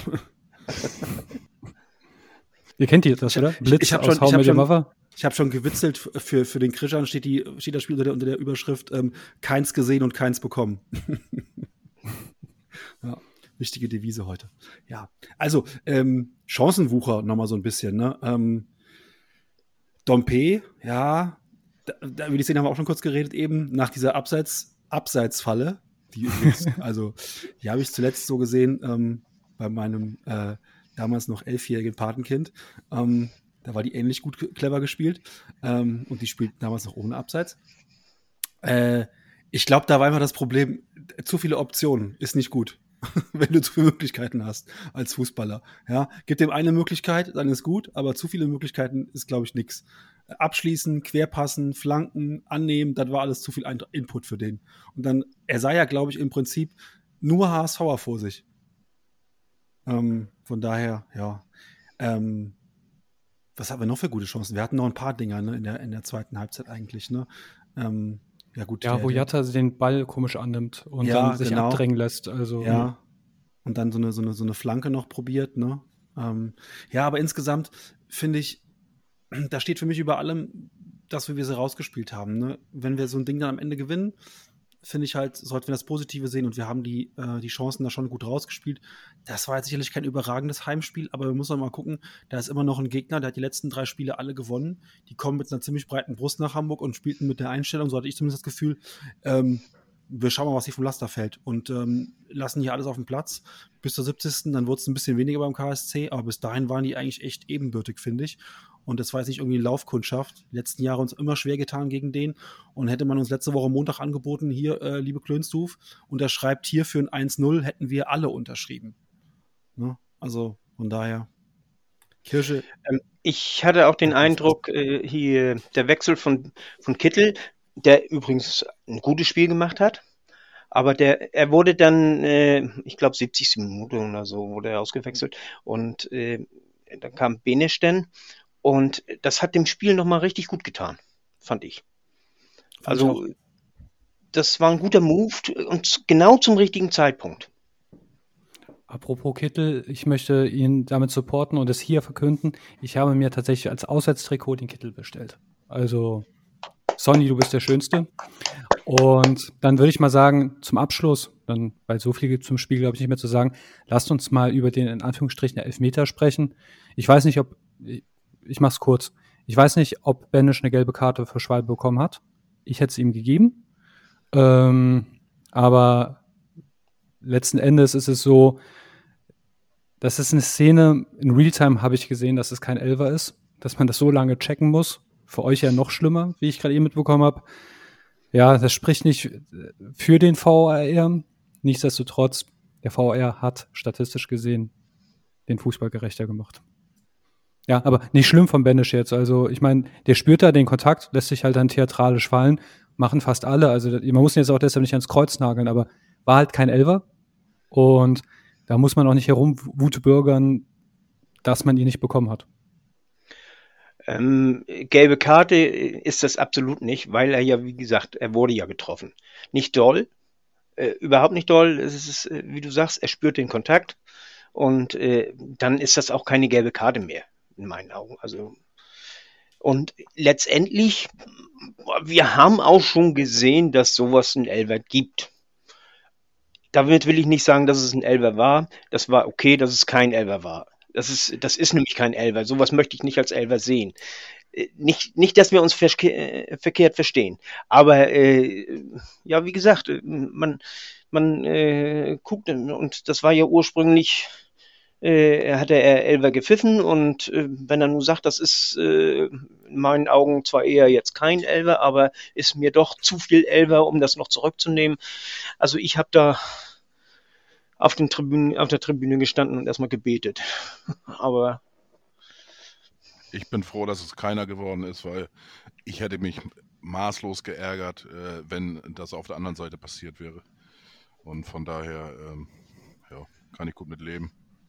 Ihr kennt das, oder? Blitz aus How I Met Your Mother? Ich habe schon gewitzelt, für den Christian steht das Spiel unter der Überschrift keins gesehen und keins bekommen. Ja, wichtige Devise heute. Ja, also Chancenwucher nochmal so ein bisschen. Ne? Dompe, ja, über die Szene haben wir auch schon kurz geredet eben, nach dieser Abseitsfalle. Die habe ich zuletzt so gesehen bei meinem damals noch 11-jährigen Patenkind. Da war die ähnlich gut clever gespielt. Und die spielt damals noch ohne Abseits. Ich glaube, da war immer das Problem, zu viele Optionen ist nicht gut, wenn du zu viele Möglichkeiten hast als Fußballer. Ja, gib dem eine Möglichkeit, dann ist gut, aber zu viele Möglichkeiten ist, glaube ich, nix. Abschließen, querpassen, flanken, annehmen, das war alles zu viel Input für den. Und dann, er sah ja, glaube ich, im Prinzip nur HSVer vor sich. Von daher, ja. Was haben wir noch für gute Chancen? Wir hatten noch ein paar Dinger, ne, in der zweiten Halbzeit eigentlich. Ne? Ja, gut. Ja, wo Jatta den Ball komisch annimmt und Ja, dann sich genau. abdrängen lässt. Also, Ja. Und dann so eine Flanke noch probiert. Ne? Ja, aber insgesamt finde ich, da steht für mich über allem, dass wir sie rausgespielt haben. Ne? Wenn wir so ein Ding dann am Ende gewinnen, finde ich halt, sollten wir das Positive sehen und wir haben die Chancen da schon gut rausgespielt. Das war jetzt sicherlich kein überragendes Heimspiel, aber wir müssen mal gucken, da ist immer noch ein Gegner, der hat die letzten 3 Spiele alle gewonnen. Die kommen mit einer ziemlich breiten Brust nach Hamburg und spielten mit der Einstellung, so hatte ich zumindest das Gefühl, wir schauen mal, was hier vom Laster fällt und lassen hier alles auf den Platz. Bis zur 70. Dann wurde es ein bisschen weniger beim KSC, aber bis dahin waren die eigentlich echt ebenbürtig, finde ich. Und das war jetzt nicht irgendwie eine Laufkundschaft. Die letzten Jahre uns immer schwer getan gegen den. Und hätte man uns letzte Woche Montag angeboten, hier, liebe Klönstuf, unterschreibt hier für ein 1-0, hätten wir alle unterschrieben. Ne? Also von daher, Kirsche. Ich hatte auch den Eindruck, hier der Wechsel von Kittel, der übrigens ein gutes Spiel gemacht hat, aber er wurde dann, ich glaube 70. Minute oder so, wurde er ausgewechselt und dann kam Benesten und das hat dem Spiel nochmal richtig gut getan, fand ich. Also das war ein guter Move und genau zum richtigen Zeitpunkt. Apropos Kittel, ich möchte ihn damit supporten und es hier verkünden. Ich habe mir tatsächlich als Auswärtstrikot den Kittel bestellt. Also, Sonny, du bist der Schönste. Und dann würde ich mal sagen, zum Abschluss, weil so viel gibt es zum Spiel, glaube ich, nicht mehr zu sagen, lasst uns mal über den, in Anführungsstrichen, Elfmeter sprechen. Ich weiß nicht, ich mach's kurz. Ich weiß nicht, ob Benesch eine gelbe Karte für Schwalbe bekommen hat. Ich hätte es ihm gegeben. Aber letzten Endes ist es so, das ist eine Szene, in Realtime habe ich gesehen, dass es kein Elfer ist, dass man das so lange checken muss. Für euch ja noch schlimmer, wie ich gerade eben mitbekommen habe. Ja, das spricht nicht für den VAR. Nichtsdestotrotz, der VAR hat statistisch gesehen den Fußball gerechter gemacht. Ja, aber nicht schlimm von Benesch jetzt. Also ich meine, der spürt da den Kontakt, lässt sich halt dann theatralisch fallen, machen fast alle. Also man muss ihn jetzt auch deshalb nicht ans Kreuz nageln, aber war halt kein Elfer. Und da muss man auch nicht herumwutbürgern, dass man ihn nicht bekommen hat. Gelbe Karte ist das absolut nicht, weil er ja, wie gesagt, er wurde ja getroffen. Nicht doll, überhaupt nicht doll. Es ist, wie du sagst, er spürt den Kontakt und dann ist das auch keine gelbe Karte mehr, in meinen Augen. Also, und letztendlich, wir haben auch schon gesehen, dass sowas ein Elfer gibt. Damit will ich nicht sagen, dass es ein Elfer war. Das war okay, dass es kein Elfer war. Das ist nämlich kein Elfer. Sowas möchte ich nicht als Elfer sehen. Nicht, dass wir uns verkehrt verstehen. Aber ja, wie gesagt, man guckt und das war ja ursprünglich, hatte er Elfer gepfiffen und wenn er nun sagt, das ist in meinen Augen zwar eher jetzt kein Elfer, aber ist mir doch zu viel Elfer, um das noch zurückzunehmen. Also ich habe da auf der Tribüne gestanden und erstmal gebetet. Aber ich bin froh, dass es keiner geworden ist, weil ich hätte mich maßlos geärgert, wenn das auf der anderen Seite passiert wäre. Und von daher, ja, kann ich gut mit leben.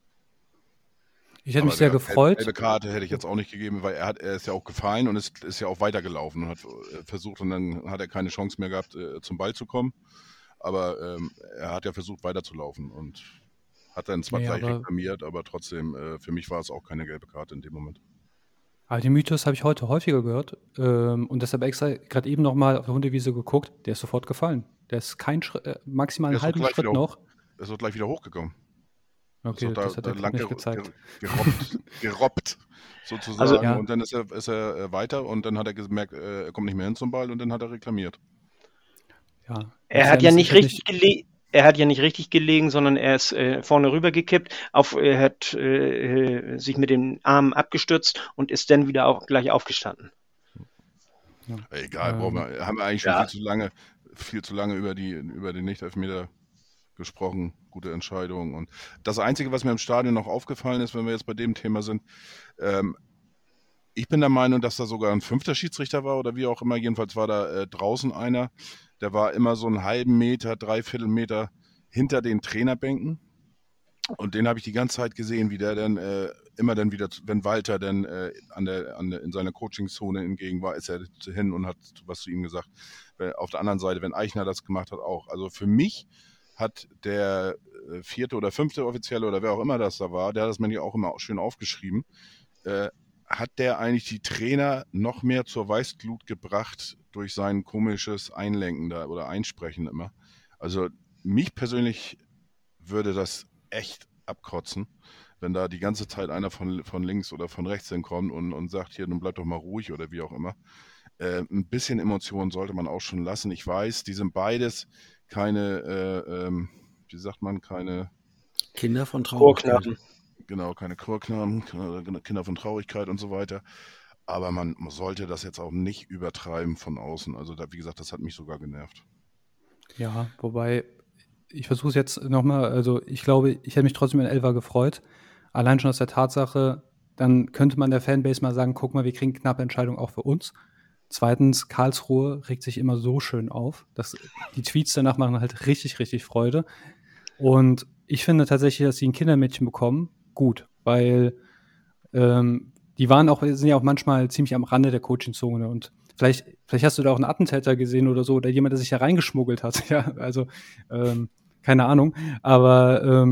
Ich hätte mich sehr gefreut. Gelbe Karte hätte ich jetzt auch nicht gegeben, weil er ist ja auch gefallen und ist ja auch weitergelaufen und hat versucht und dann hat er keine Chance mehr gehabt, zum Ball zu kommen. Aber er hat ja versucht weiterzulaufen und hat dann zwar gleich reklamiert, aber trotzdem, für mich war es auch keine gelbe Karte in dem Moment. Aber den Mythos habe ich heute häufiger gehört und deshalb extra gerade eben nochmal auf der Hundewiese geguckt, der ist sofort gefallen. Der ist kein maximal einen halben Schritt noch. Er ist doch gleich wieder hochgekommen. Okay, das hat er lang nicht gezeigt. Gerobbt sozusagen. Also, ja. Und dann ist er weiter und dann hat er gemerkt, er kommt nicht mehr hin zum Ball und dann hat er reklamiert. Ja. Er hat ja nicht richtig gelegen, sondern er ist vorne rüber gekippt, er hat sich mit den Armen abgestützt und ist dann wieder auch gleich aufgestanden. Ja. Egal, haben wir eigentlich schon viel zu lange über den Nicht-Elfmeter gesprochen. Gute Entscheidung. Und das Einzige, was mir im Stadion noch aufgefallen ist, wenn wir jetzt bei dem Thema sind, ich bin der Meinung, dass da sogar ein 5. Schiedsrichter war oder wie auch immer. Jedenfalls war da draußen einer, der war immer so einen halben Meter, 3/4 Meter hinter den Trainerbänken. Und den habe ich die ganze Zeit gesehen, wie der dann immer dann wieder, wenn Walter dann in seiner Coachingzone hingegen war, ist er hin und hat was zu ihm gesagt. Auf der anderen Seite, wenn Eichner das gemacht hat, auch. Also für mich hat der 4. oder 5. Offizielle oder wer auch immer das da war, der hat das mir ja auch immer schön aufgeschrieben, hat der eigentlich die Trainer noch mehr zur Weißglut gebracht durch sein komisches Einlenken da oder Einsprechen immer. Also mich persönlich würde das echt abkotzen, wenn da die ganze Zeit einer von links oder von rechts hinkommt und sagt, hier, nun bleib doch mal ruhig oder wie auch immer. Ein bisschen Emotionen sollte man auch schon lassen. Ich weiß, die sind beides keine, wie sagt man, keine Kinder von Traurigkeit. Genau, keine Chorknaben, Kinder von Traurigkeit und so weiter. Aber man sollte das jetzt auch nicht übertreiben von außen. Also wie gesagt, das hat mich sogar genervt. Ja, wobei, ich versuche es jetzt nochmal, also ich glaube, ich hätte mich trotzdem in Elfer gefreut. Allein schon aus der Tatsache, dann könnte man der Fanbase mal sagen, guck mal, wir kriegen knappe Entscheidungen auch für uns. Zweitens, Karlsruhe regt sich immer so schön auf. Die Tweets danach machen halt richtig, richtig Freude. Und ich finde tatsächlich, dass sie ein Kindermädchen bekommen, gut, weil die sind ja auch manchmal ziemlich am Rande der Coachingzone und vielleicht hast du da auch einen Attentäter gesehen oder so oder jemand, der sich da reingeschmuggelt hat. Ja, also keine Ahnung. Aber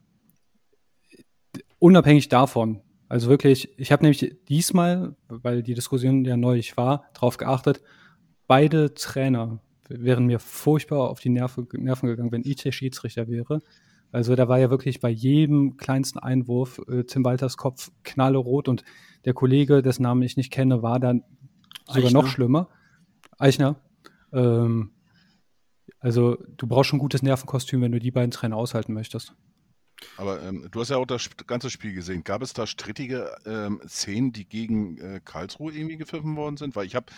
unabhängig davon, also wirklich, ich habe nämlich diesmal, weil die Diskussion ja neulich war, darauf geachtet, beide Trainer wären mir furchtbar auf die Nerven gegangen, wenn ich der Schiedsrichter wäre. Also da war ja wirklich bei jedem kleinsten Einwurf Tim Walters Kopf knallerot und der Kollege, dessen Namen ich nicht kenne, war dann sogar noch schlimmer. Eichner. Also du brauchst schon ein gutes Nervenkostüm, wenn du die beiden Trainer aushalten möchtest. Aber du hast ja auch das ganze Spiel gesehen. Gab es da strittige Szenen, die gegen Karlsruhe irgendwie gepfiffen worden sind? Weil ich habe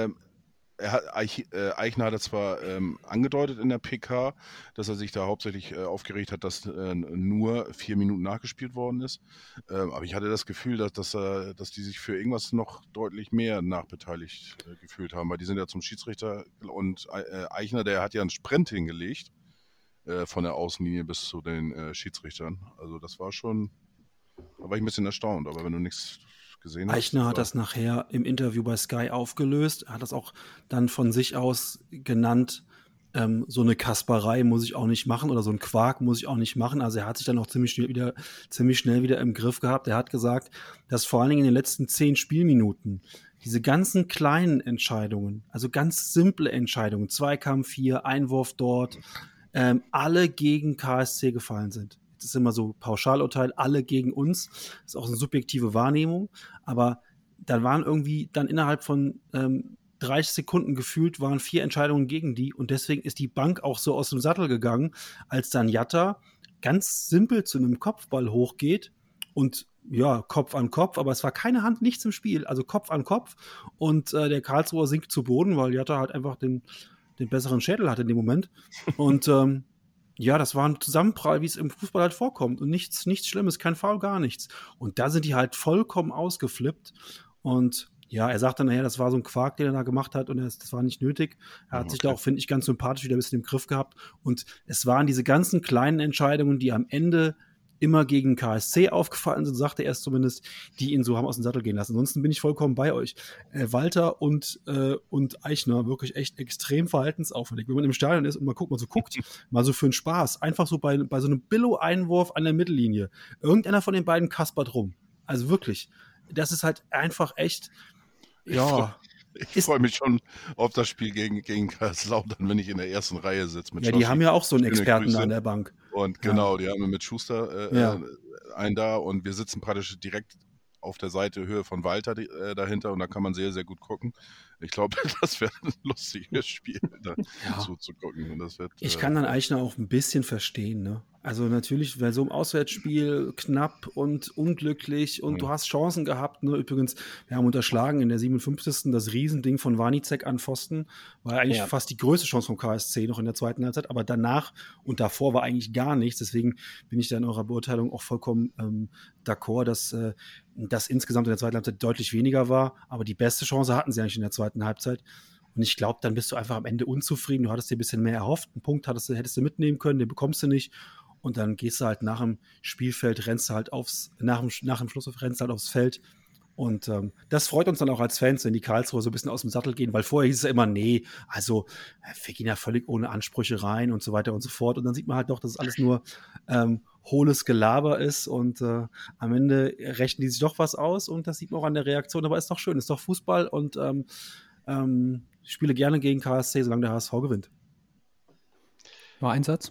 Eichner hat es zwar angedeutet in der PK, dass er sich da hauptsächlich aufgeregt hat, dass nur 4 Minuten nachgespielt worden ist. Aber ich hatte das Gefühl, dass die sich für irgendwas noch deutlich mehr nachbeteiligt gefühlt haben, weil die sind ja zum Schiedsrichter und Eichner, der hat ja einen Sprint hingelegt von der Außenlinie bis zu den Schiedsrichtern. Also das war schon, da war ich ein bisschen erstaunt, aber wenn du nichts gesehen hast. Eichner hat das nachher im Interview bei Sky aufgelöst, er hat das auch dann von sich aus genannt, so eine Kasperei muss ich auch nicht machen oder so ein Quark muss ich auch nicht machen. Also er hat sich dann auch ziemlich schnell wieder im Griff gehabt. Er hat gesagt, dass vor allen Dingen in den letzten 10 Spielminuten diese ganzen kleinen Entscheidungen, also ganz simple Entscheidungen, Zweikampf hier, Einwurf dort, alle gegen KSC gefallen sind. Das ist immer so Pauschalurteil, alle gegen uns. Das ist auch eine subjektive Wahrnehmung. Aber da waren irgendwie dann innerhalb von 30 Sekunden gefühlt, waren 4 Entscheidungen gegen die. Und deswegen ist die Bank auch so aus dem Sattel gegangen, als dann Jatta ganz simpel zu einem Kopfball hochgeht und ja, Kopf an Kopf, aber es war keine Hand, nichts im Spiel. Also Kopf an Kopf. Und der Karlsruher sinkt zu Boden, weil Jatta halt einfach den besseren Schädel hatte in dem Moment. Und ja, das war ein Zusammenprall, wie es im Fußball halt vorkommt. Und nichts Schlimmes, kein Foul, gar nichts. Und da sind die halt vollkommen ausgeflippt. Und ja, er sagt dann nachher, das war so ein Quark, den er da gemacht hat und das war nicht nötig. Er hat sich da auch, finde ich, ganz sympathisch wieder ein bisschen im Griff gehabt. Und es waren diese ganzen kleinen Entscheidungen, die am Ende immer gegen KSC aufgefallen sind, sagte er es zumindest, die ihn so haben aus dem Sattel gehen lassen. Ansonsten bin ich vollkommen bei euch. Walter und Eichner wirklich echt extrem verhaltensauffällig. Wenn man im Stadion ist und mal guckt, mal so für einen Spaß, einfach so bei so einem Billo-Einwurf an der Mittellinie. Irgendeiner von den beiden kaspert rum. Also wirklich. Das ist halt einfach echt, ja. Ich freue mich schon auf das Spiel gegen Kaiserslautern, wenn ich in der ersten Reihe sitze. Ja, die haben ja auch so einen Experten da an der Bank. Und genau, die haben mit Schuster einen da und wir sitzen praktisch direkt auf der Seite Höhe von Walter dahinter und da kann man sehr, sehr gut gucken. Ich glaube, das wäre ein lustiges Spiel, da zuzugucken. Und das wird, ich kann dann Eichner auch ein bisschen verstehen, ne? Also natürlich, weil so im Auswärtsspiel knapp und unglücklich und du hast Chancen gehabt, ne? Übrigens, wir haben unterschlagen in der 57. das Riesending von Warnicek an Pfosten, war ja eigentlich fast die größte Chance vom KSC noch in der zweiten Halbzeit, aber danach und davor war eigentlich gar nichts, deswegen bin ich da in eurer Beurteilung auch vollkommen d'accord, dass das insgesamt in der zweiten Halbzeit deutlich weniger war, aber die beste Chance hatten sie eigentlich in der zweiten Halbzeit. Und ich glaube, dann bist du einfach am Ende unzufrieden. Du hattest dir ein bisschen mehr erhofft. Einen Punkt hättest du mitnehmen können, den bekommst du nicht. Und dann gehst du halt nach dem Spielfeld, rennst du halt nach dem Schluss rennst du halt aufs Feld. Und das freut uns dann auch als Fans, wenn die Karlsruher so ein bisschen aus dem Sattel gehen, weil vorher hieß es ja immer, nee, also wir gehen ja völlig ohne Ansprüche rein und so weiter und so fort. Und dann sieht man halt doch, dass es alles nur hohles Gelaber ist und am Ende rechnen die sich doch was aus und das sieht man auch an der Reaktion, aber ist doch schön, ist doch Fußball und ich spiele gerne gegen KSC, solange der HSV gewinnt. Nur ein Satz.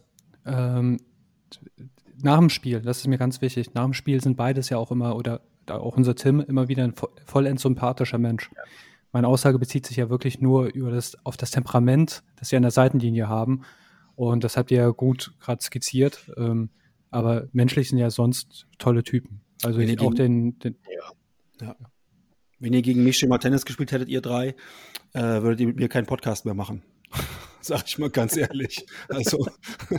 Nach dem Spiel, das ist mir ganz wichtig, nach dem Spiel sind beides ja auch immer, oder auch unser Tim, immer wieder ein vollends sympathischer Mensch. Ja. Meine Aussage bezieht sich ja wirklich nur auf das Temperament, das wir an der Seitenlinie haben. Und das habt ihr ja gut gerade skizziert. Aber menschlich sind ja sonst tolle Typen. Also ich auch Ja. Wenn ihr gegen mich schon mal Tennis gespielt hättet, ihr drei, würdet ihr mit mir keinen Podcast mehr machen. Sag ich mal ganz ehrlich. Also,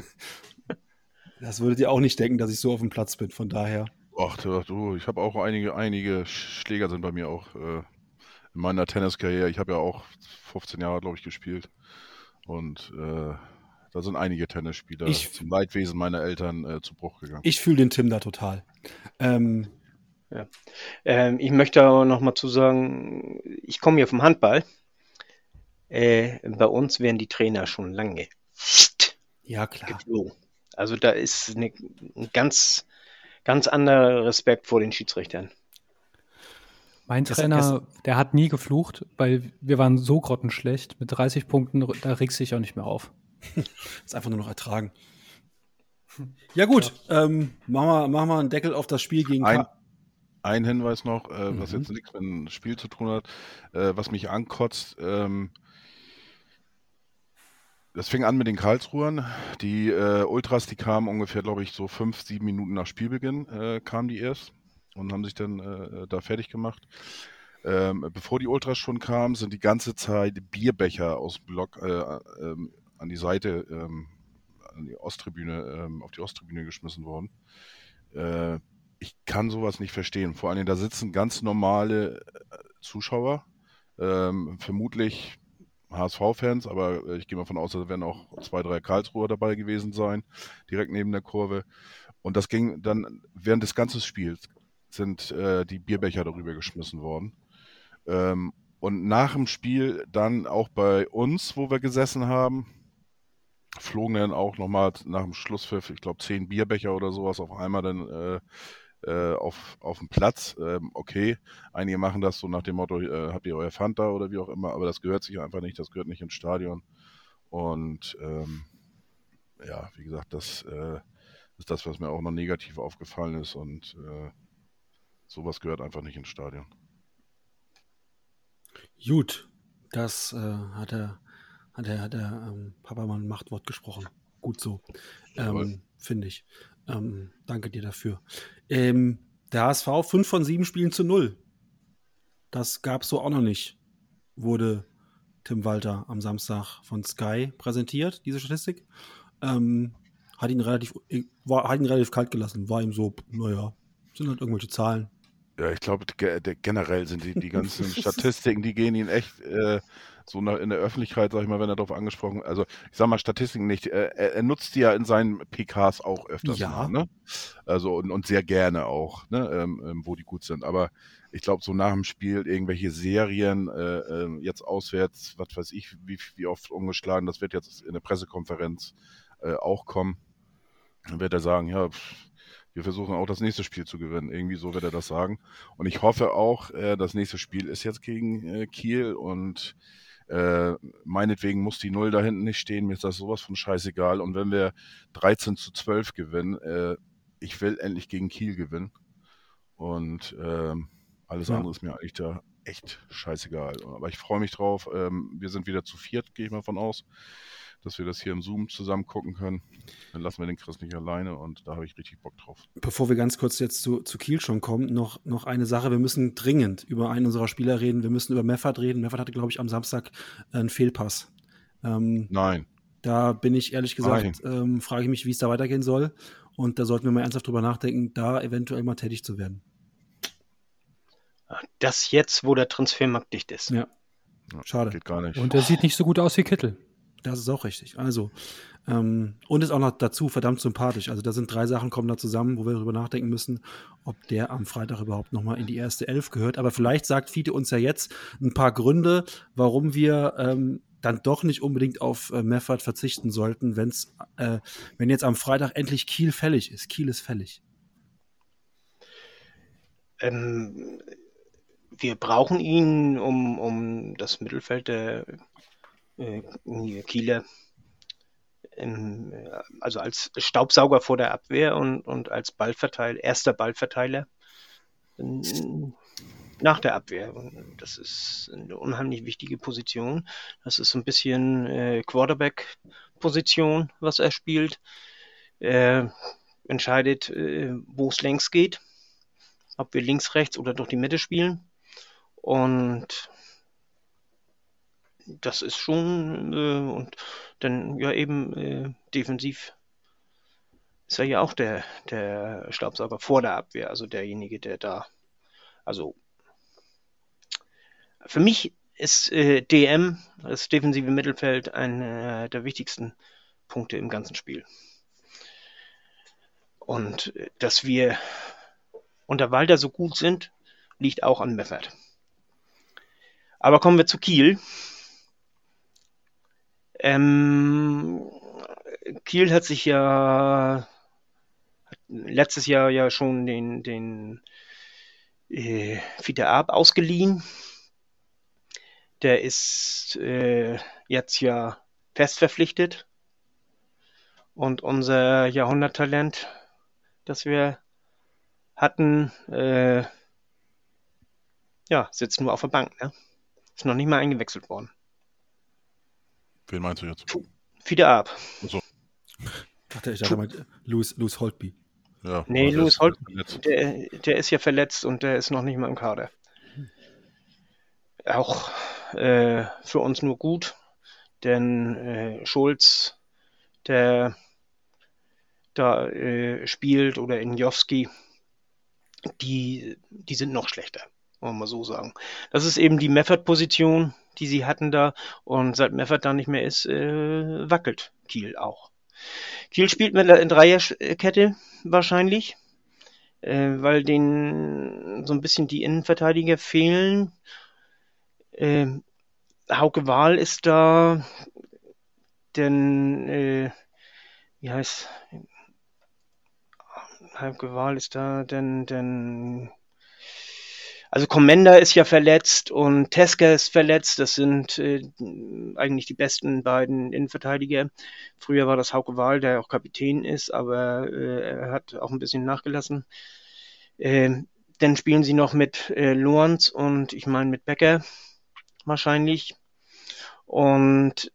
das würdet ihr auch nicht denken, dass ich so auf dem Platz bin. Von daher. Ach du, ich habe auch einige Schläger sind bei mir auch in meiner Tenniskarriere. Ich habe ja auch 15 Jahre, glaube ich, gespielt. Und da sind einige Tennisspieler zum Leidwesen meiner Eltern zu Bruch gegangen. Ich fühle den Tim da total. Ich möchte aber noch mal zu sagen, ich komme hier vom Handball. Bei uns werden die Trainer schon lange geflogen. Also da ist ein ganz anderer Respekt vor den Schiedsrichtern. Mein Trainer, der hat nie geflucht, weil wir waren so grottenschlecht. Mit 30 Punkten, da regst du dich auch nicht mehr auf. Ist einfach nur noch ertragen. Ja gut, machen wir einen Deckel auf das Spiel gegen Ein Hinweis noch, was jetzt nichts mit dem Spiel zu tun hat, was mich ankotzt. Das fing an mit den Karlsruhern. Die Ultras, die kamen ungefähr, glaube ich, so 5-7 Minuten nach Spielbeginn, kamen die erst und haben sich dann da fertig gemacht. Bevor die Ultras schon kamen, sind die ganze Zeit Bierbecher aus dem Block an die Seite, an die Osttribüne, auf die Osttribüne geschmissen worden. Ich kann sowas nicht verstehen. Vor allem, da sitzen ganz normale Zuschauer, vermutlich HSV-Fans, aber ich gehe mal von aus, da werden auch 2-3 Karlsruher dabei gewesen sein, direkt neben der Kurve. Und das ging dann, während des ganzen Spiels sind die Bierbecher darüber geschmissen worden. Und nach dem Spiel dann auch bei uns, wo wir gesessen haben, flogen dann auch nochmal nach dem Schlusspfiff, ich glaube 10 Bierbecher oder sowas auf einmal dann auf dem Platz. Okay, einige machen das so nach dem Motto, habt ihr euer Fanta oder wie auch immer, aber das gehört sich einfach nicht, das gehört nicht ins Stadion. Und ja, wie gesagt, das ist das, was mir auch noch negativ aufgefallen ist und sowas gehört einfach nicht ins Stadion. Gut, das hat der Papa mal ein Machtwort gesprochen. Gut so, finde ich. Danke dir dafür. Der HSV 5 von 7 Spielen zu 0. Das gab es so auch noch nicht. Wurde Tim Walter am Samstag von Sky präsentiert, diese Statistik. Hat ihn relativ kalt gelassen. War ihm so, naja, sind halt irgendwelche Zahlen. Ja, ich glaube, generell sind die ganzen Statistiken, die gehen ihn echt so in der Öffentlichkeit, sag ich mal, wenn er darauf angesprochen, also ich sag mal Statistiken nicht, er nutzt die ja in seinen PKs auch öfters mal, ne? Also und sehr gerne auch, ne? Wo die gut sind, aber ich glaube, so nach dem Spiel irgendwelche Serien, jetzt auswärts, was weiß ich, wie oft ungeschlagen, das wird jetzt in der Pressekonferenz auch kommen, dann wird er sagen, ja, wir versuchen auch das nächste Spiel zu gewinnen. Irgendwie so wird er das sagen. Und ich hoffe auch, das nächste Spiel ist jetzt gegen Kiel und meinetwegen muss die 0 da hinten nicht stehen. Mir ist das sowas von scheißegal. Und wenn wir 13-12 gewinnen, ich will endlich gegen Kiel gewinnen. Und alles andere ist mir eigentlich da echt scheißegal. Aber ich freue mich drauf. Wir sind wieder zu viert, gehe ich mal von aus, dass wir das hier im Zoom zusammen gucken können. Dann lassen wir den Chris nicht alleine und da habe ich richtig Bock drauf. Bevor wir ganz kurz jetzt zu Kiel schon kommen, noch eine Sache. Wir müssen dringend über einen unserer Spieler reden. Wir müssen über Meffert reden. Meffert hatte, glaube ich, am Samstag einen Fehlpass. Nein. Da bin ich ehrlich gesagt, frage ich mich, wie es da weitergehen soll. Und da sollten wir mal ernsthaft drüber nachdenken, da eventuell mal tätig zu werden. Das jetzt, wo der Transfermarkt dicht ist. Ja. Schade. Geht gar nicht. Und er sieht nicht so gut aus wie Kittel. Das ist auch richtig. Also, und ist auch noch dazu verdammt sympathisch. Also, da sind 3 Sachen kommen da zusammen, wo wir darüber nachdenken müssen, ob der am Freitag überhaupt nochmal in die erste Elf gehört. Aber vielleicht sagt Fiete uns ja jetzt ein paar Gründe, warum wir dann doch nicht unbedingt auf Meffert verzichten sollten, wenn jetzt am Freitag endlich Kiel fällig ist. Kiel ist fällig. Wir brauchen ihn, um das Mittelfeld der Kieler, also als Staubsauger vor der Abwehr und als erster Ballverteiler nach der Abwehr. Und das ist eine unheimlich wichtige Position. Das ist so ein bisschen Quarterback-Position, was er spielt. Er entscheidet, wo es längs geht, ob wir links, rechts oder durch die Mitte spielen. Und das ist schon, und dann ja eben defensiv ist er ja auch der Staubsauger vor der Abwehr, also derjenige, der da, also für mich ist DM, das defensive Mittelfeld, einer der wichtigsten Punkte im ganzen Spiel. Und dass wir unter Walter so gut sind, liegt auch an Meffert. Aber kommen wir zu Kiel. Kiel hat sich ja letztes Jahr ja schon den Fiete Arp ausgeliehen. Der ist jetzt ja fest verpflichtet. Und unser Jahrhunderttalent, das wir hatten, sitzt nur auf der Bank. Ne? Ist noch nicht mal eingewechselt worden. Wen meinst du jetzt? Fiete Arp. So. Ich dachte mal, Louis Holtby. Ja, nee, Louis Holtby, der ist ja verletzt und der ist noch nicht mal im Kader. Auch für uns nur gut, denn Schulz, der da spielt, oder Injowski, die sind noch schlechter, wollen wir mal so sagen. Das ist eben die Meffert-Position, die sie hatten da, und seit Meffert da nicht mehr ist, wackelt Kiel auch. Kiel spielt mit einer Dreierkette wahrscheinlich, weil denen so ein bisschen die Innenverteidiger fehlen. Hauke Wahl ist da, denn Hauke Wahl ist da, denn also Commander ist ja verletzt und Tesker ist verletzt. Das sind eigentlich die besten beiden Innenverteidiger. Früher war das Hauke Wahl, der auch Kapitän ist, aber er hat auch ein bisschen nachgelassen. Dann spielen sie noch mit Lorenz und ich meine mit Becker wahrscheinlich. Und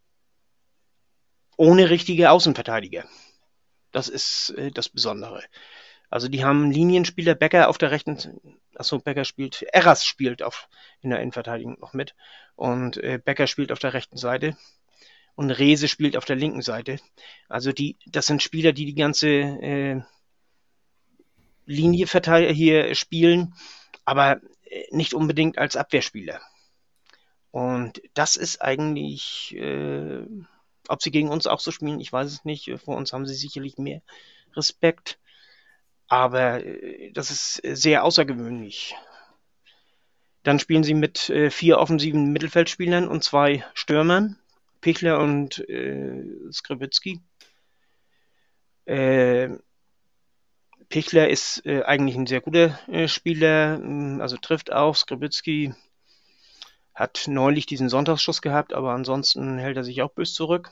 ohne richtige Außenverteidiger. Das ist das Besondere. Also die haben Linienspieler, Becker auf der rechten, Becker spielt, Erras spielt in der Innenverteidigung noch mit, und Becker spielt auf der rechten Seite und Rehse spielt auf der linken Seite. Also das sind Spieler, die ganze Linie hier spielen, aber nicht unbedingt als Abwehrspieler. Und das ist eigentlich, ob sie gegen uns auch so spielen, ich weiß es nicht. Vor uns haben sie sicherlich mehr Respekt. Aber das ist sehr außergewöhnlich. Dann spielen sie mit 4 offensiven Mittelfeldspielern und 2 Stürmern, Pichler und Skripicki. Pichler ist eigentlich ein sehr guter Spieler, also trifft auch. Skripicki hat neulich diesen Sonntagsschuss gehabt, aber ansonsten hält er sich auch bös zurück.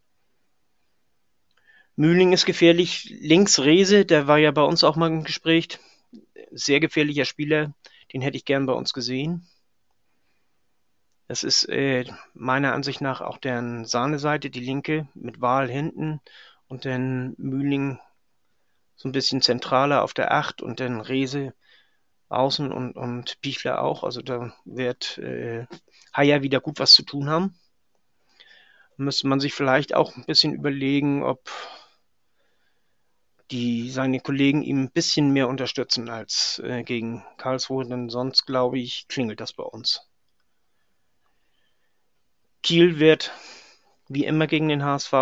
Mühling ist gefährlich. Links Rehse, der war ja bei uns auch mal im Gespräch. Sehr gefährlicher Spieler. Den hätte ich gern bei uns gesehen. Das ist meiner Ansicht nach auch deren Sahneseite, die linke, mit Wahl hinten und dann Mühling so ein bisschen zentraler auf der 8 und dann Rehse außen und Pichler auch. Also da wird Haier wieder gut was zu tun haben. Müsste man sich vielleicht auch ein bisschen überlegen, ob seine Kollegen ihm ein bisschen mehr unterstützen als gegen Karlsruhe, denn sonst, glaube ich, klingelt das bei uns. Kiel wird wie immer gegen den HSV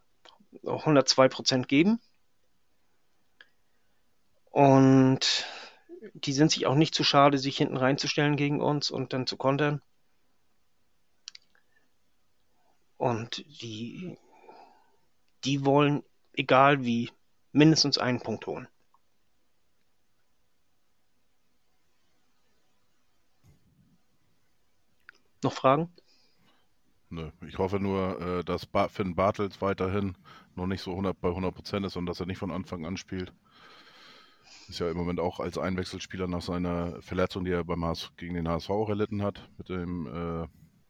102% geben. Und die sind sich auch nicht zu schade, sich hinten reinzustellen gegen uns und dann zu kontern. Und die wollen, egal wie, mindestens einen Punkt holen. Noch Fragen? Nö. Ich hoffe nur, dass Finn Bartels weiterhin noch nicht so bei 100% ist und dass er nicht von Anfang an spielt. Ist ja im Moment auch als Einwechselspieler nach seiner Verletzung, die er gegen den HSV auch erlitten hat, mit dem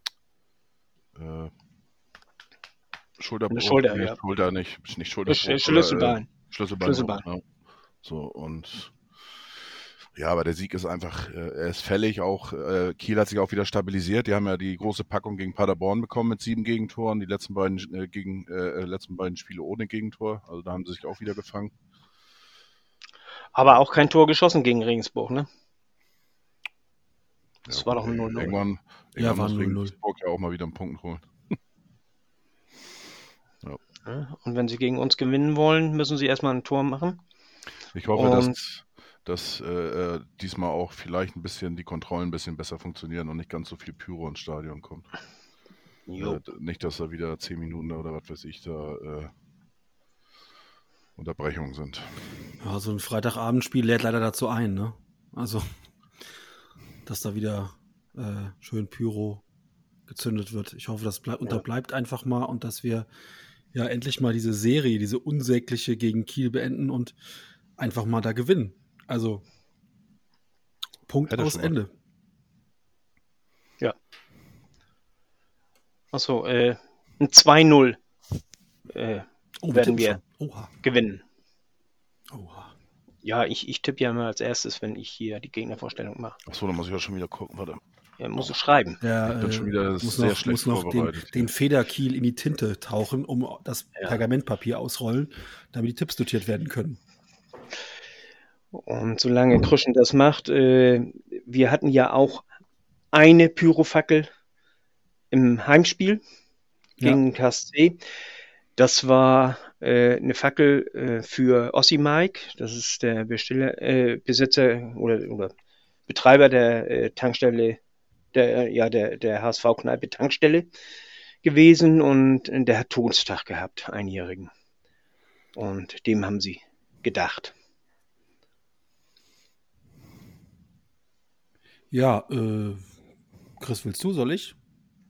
Schulterbruch. Schulter, nee, ja. Schulter nicht Schulterbruch. Schlüsselbein. Schlüsselbein. Genau. So, und ja, aber der Sieg ist einfach, er ist fällig. Auch Kiel hat sich auch wieder stabilisiert. Die haben ja die große Packung gegen Paderborn bekommen mit 7 Gegentoren. Die letzten beiden Spiele ohne Gegentor. Also da haben sie sich auch wieder gefangen. Aber auch kein Tor geschossen gegen Regensburg, ne? Das Ja, war doch ein 0-0. Irgendwann Ja, war muss 0-0. Regensburg ja auch mal wieder einen Punkt holen. Ja, und wenn sie gegen uns gewinnen wollen, müssen sie erstmal ein Tor machen. Ich hoffe, Und- dass diesmal auch vielleicht die Kontrollen ein bisschen besser funktionieren und nicht ganz so viel Pyro ins Stadion kommt. Nicht, dass da wieder 10 Minuten oder was weiß ich da Unterbrechungen sind. Ja, so ein Freitagabendspiel lädt leider dazu ein, ne? Also, dass da wieder schön Pyro gezündet wird. Ich hoffe, das unterbleibt einfach mal und dass wir ja endlich mal diese Serie, diese unsägliche gegen Kiel beenden und einfach mal da gewinnen. Also, Punkt Hätte aus schon Ende. Ja. Achso, ein 2-0 werden wir Oha. gewinnen. Oha. Ja, ich tippe ja immer als erstes, wenn ich hier die Gegnervorstellung mache. Achso, da muss ich ja schon wieder gucken. Warte. Ja, musst du schreiben. Der Ich bin schon wieder sehr schlecht muss noch vorbereitet. den Federkiel in die Tinte tauchen, um das Pergamentpapier ausrollen, damit die Tipps notiert werden können. Und solange Krüschen das macht, wir hatten ja auch eine Pyrofackel im Heimspiel gegen KSC. Das war eine Fackel für Ossi Mike. Das ist der Besitzer oder Betreiber der Tankstelle, der HSV-Kneipe Tankstelle gewesen, und der hat Todestag gehabt, Einjährigen. Und dem haben sie gedacht. Ja, Chris, willst du, soll ich?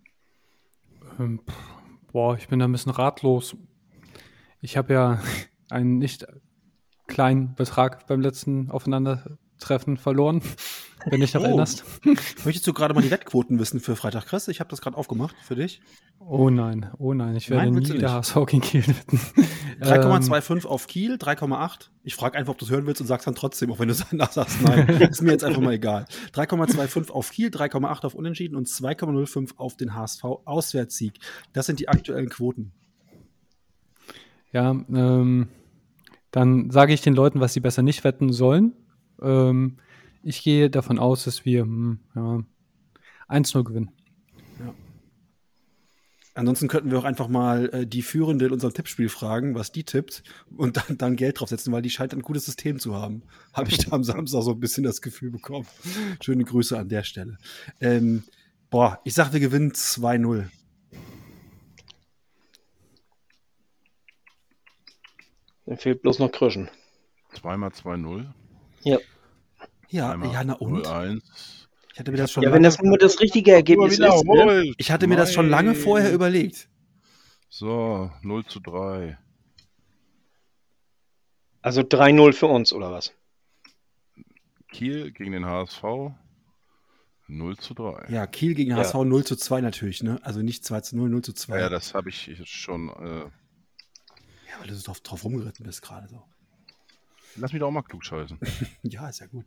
Ich bin da ein bisschen ratlos. Ich habe ja einen nicht kleinen Betrag beim letzten Aufeinandertreffen verloren, wenn du dich noch erinnerst. Möchtest du gerade mal die Wettquoten wissen für Freitag, Chris? Ich habe das gerade aufgemacht für dich. Oh nein, ich werde willst du nie nicht? der HSV gegen Kiel wetten. 3,25 auf Kiel, 3,8. Ich frage einfach, ob du es hören willst und sagst dann trotzdem, auch wenn du danach sagst, nein, ist mir jetzt einfach mal egal. 3,25 auf Kiel, 3,8 auf Unentschieden und 2,05 auf den HSV Auswärtssieg. Das sind die aktuellen Quoten. Ja, dann sage ich den Leuten, was sie besser nicht wetten sollen. Ich gehe davon aus, dass wir 1-0 gewinnen. Ja. Ansonsten könnten wir auch einfach mal die Führende in unserem Tippspiel fragen, was die tippt und dann Geld draufsetzen, weil die scheint ein gutes System zu haben. Habe ich da am Samstag so ein bisschen das Gefühl bekommen. Schöne Grüße an der Stelle. Ich sag, wir gewinnen 2-0. Dann fehlt bloß noch Krüschen. 2x2-0. Ja. Ja, na und? 0-1. Ich hatte mir das schon Ja, wenn das nur das richtige Ergebnis ist. Ne? Ich hatte mir das schon lange vorher überlegt. So, 0-3. Also 3-0 für uns, oder was? Kiel gegen den HSV 0-3. Ja, Kiel gegen HSV 0-2 natürlich, ne? Also nicht 2-0, 0-2. Ja, das habe ich schon. Ja, weil du so drauf rumgeritten bist gerade so. Lass mich doch auch mal klug scheißen. Ja, ist ja gut.